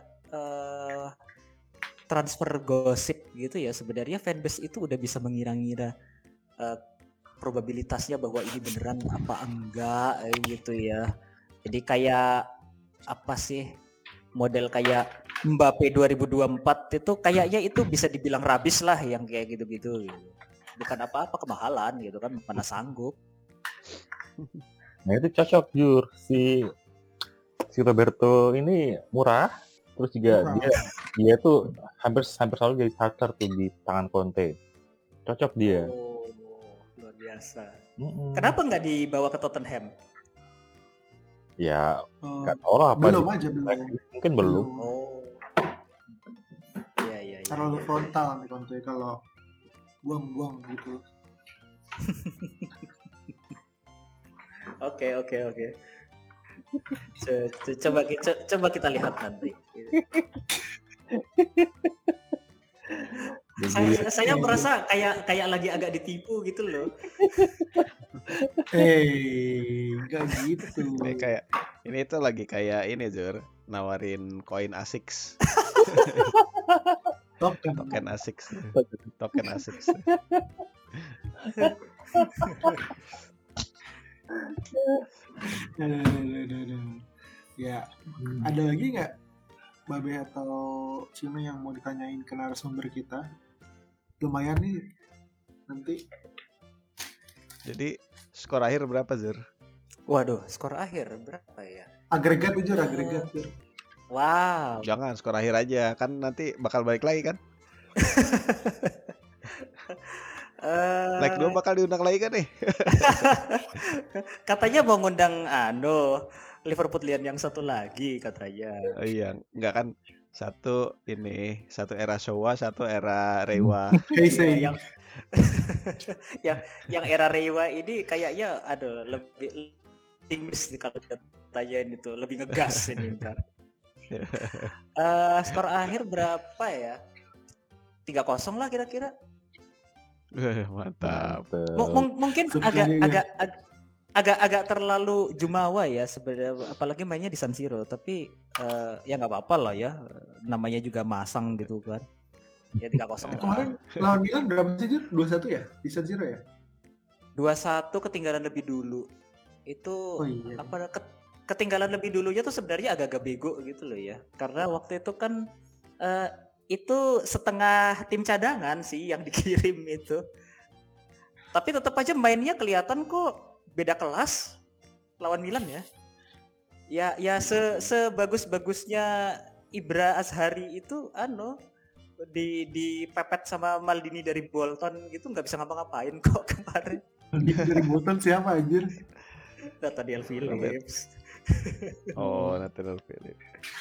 transfer gosip gitu ya, sebenarnya fanbase itu udah bisa mengira-ngira probabilitasnya bahwa ini beneran apa enggak gitu ya. Jadi kayak apa sih, model kayak Mbappe 2024 itu kayaknya itu bisa dibilang rabis lah yang kayak gitu-gitu gitu. Bukan apa-apa kemahalan gitu kan, mana sanggup. Nah itu cocok Jur, si Roberto ini murah, terus juga dia tuh hampir selalu jadi starter tuh di tangan Conte. Cocok dia. Oh, luar biasa. Kenapa nggak dibawa ke Tottenham? Ya nggak tahu lah apa. Belum aja belum. Mungkin belum. Oh. Iya. Terlalu frontal nih Conte kalau buang-buang gitu. Oke. Coba kita lihat nanti. Saya merasa kayak lagi agak ditipu gitu loh. Enggak gitu. Ini tuh lagi kayak ini Jur, nawarin koin ASICS. Token ASICS. Ya, ada lagi nggak Babe atau Cime yang mau ditanyain ke narasumber kita? Lumayan nih nanti. Jadi skor akhir berapa Zur? Waduh, skor akhir berapa ya? Agregat Jur. Wow. Jangan skor akhir aja, kan nanti bakal balik lagi kan? Leg 2 bakal diundang lagi kan nih? Katanya mau ngundang Liverpoolian yang satu lagi katanya. Oh iya, enggak kan, satu era Showa, satu era Reiwa. yang era Reiwa ini kayaknya lebih Inggris kalau ditanyain itu, lebih ngegas ini ntar. Skor akhir berapa ya? 3-0 lah kira-kira. Mantap. Mungkin agak terlalu jumawa ya sebenarnya, apalagi mainnya di San Siro, tapi ya nggak apa-apa lah ya, namanya juga masang gitu kan. Ya 3-0. Kemarin lawan Milan berapa sih Jur? 2-1 ya di San Siro ya? 2-1 ketinggalan lebih dulu. Itu ketinggalan lebih dulunya tuh sebenarnya agak-agak bego gitu loh ya. Karena waktu itu kan itu setengah tim cadangan sih yang dikirim itu. Tapi tetap aja mainnya kelihatan kok beda kelas lawan Milan ya. Ya sebagus-bagusnya Ibra Azhari itu dipepet sama Maldini dari Bolton gitu, nggak bisa ngapa-ngapain kok kemarin. Dari Bolton siapa anjir? Nathaniel Phillips. Oh, Nathaniel Phillips.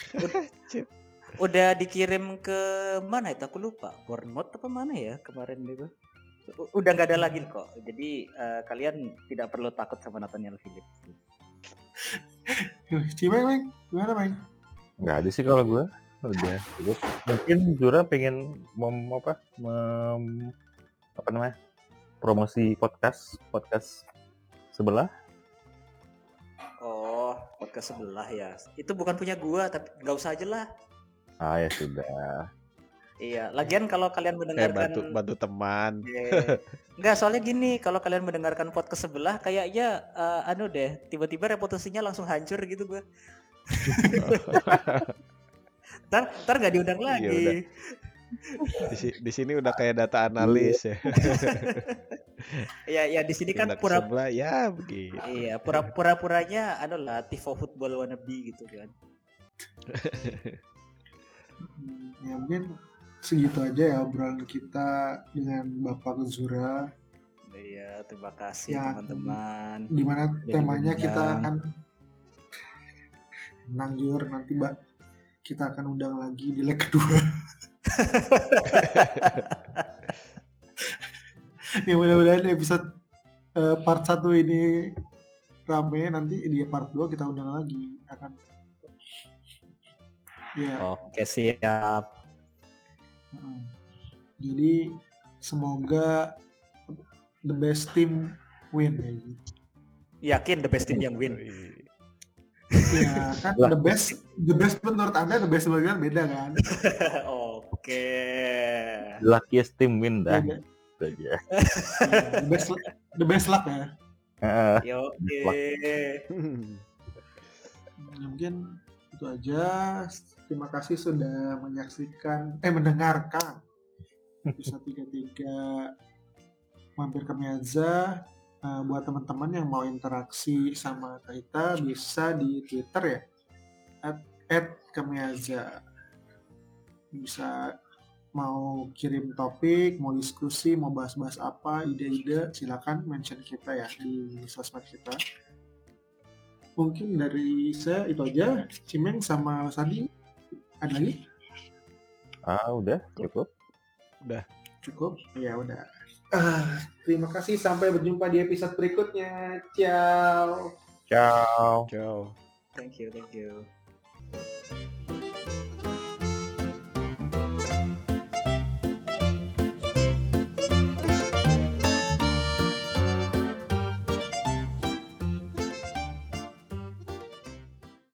Udah dikirim ke mana itu? Aku lupa. Bournemouth apa mana ya kemarin itu? Udah nggak ada lagi kok. Jadi kalian tidak perlu takut sama Nathaniel Phillips. Cime, gimana Meng? Nggak ada sih kalau gue. Udah. Mungkin Jura pengen promosi podcast sebelah. podcast sebelah ya. Itu bukan punya gua, tapi nggak usah aja lah. Ya sudah. Iya, lagian kalau kalian mendengarkan bantu teman. Enggak, soalnya gini, kalau kalian mendengarkan podcast sebelah kayaknya tiba-tiba reputasinya langsung hancur gitu gua. Ntar nggak diundang lagi. Di sini udah kayak data analis ya. Ya di sini kan pura-pura ya begitu. Iya, pura-puranya tifo football wannabe gitu kan. Ya mungkin segitu aja ya obrolan kita dengan Bapak Zura. Iya, terima kasih ya, teman-teman. Dimana temanya kita akan nangjur nanti kita akan undang lagi di leg kedua. Ya mudah-mudahan episode part 1 ini rame, nanti di part 2 kita undang lagi akan. Ya. Oke, siap. Jadi semoga the best team win ya. Yakin the best team yang win. Ya kan the best menurut Anda the best bagian beda kan? Oke. Luckiest team win dah. Ya, the best luck ya. Yo. Mungkin itu aja. Terima kasih sudah mendengarkan episode 33 Mampir ke Meja. Buat teman-teman yang mau interaksi sama kita bisa di Twitter ya @kemeja. Bisa mau kirim topik, mau diskusi, mau bahas-bahas apa, ide-ide, silakan mention kita ya di sosmed kita. Mungkin dari saya itu aja. Cimeng sama Sandi ada lagi? Udah cukup. Cukup? Ya udah. Terima kasih, sampai berjumpa di episode berikutnya. Ciao. Ciao. Ciao. Thank you.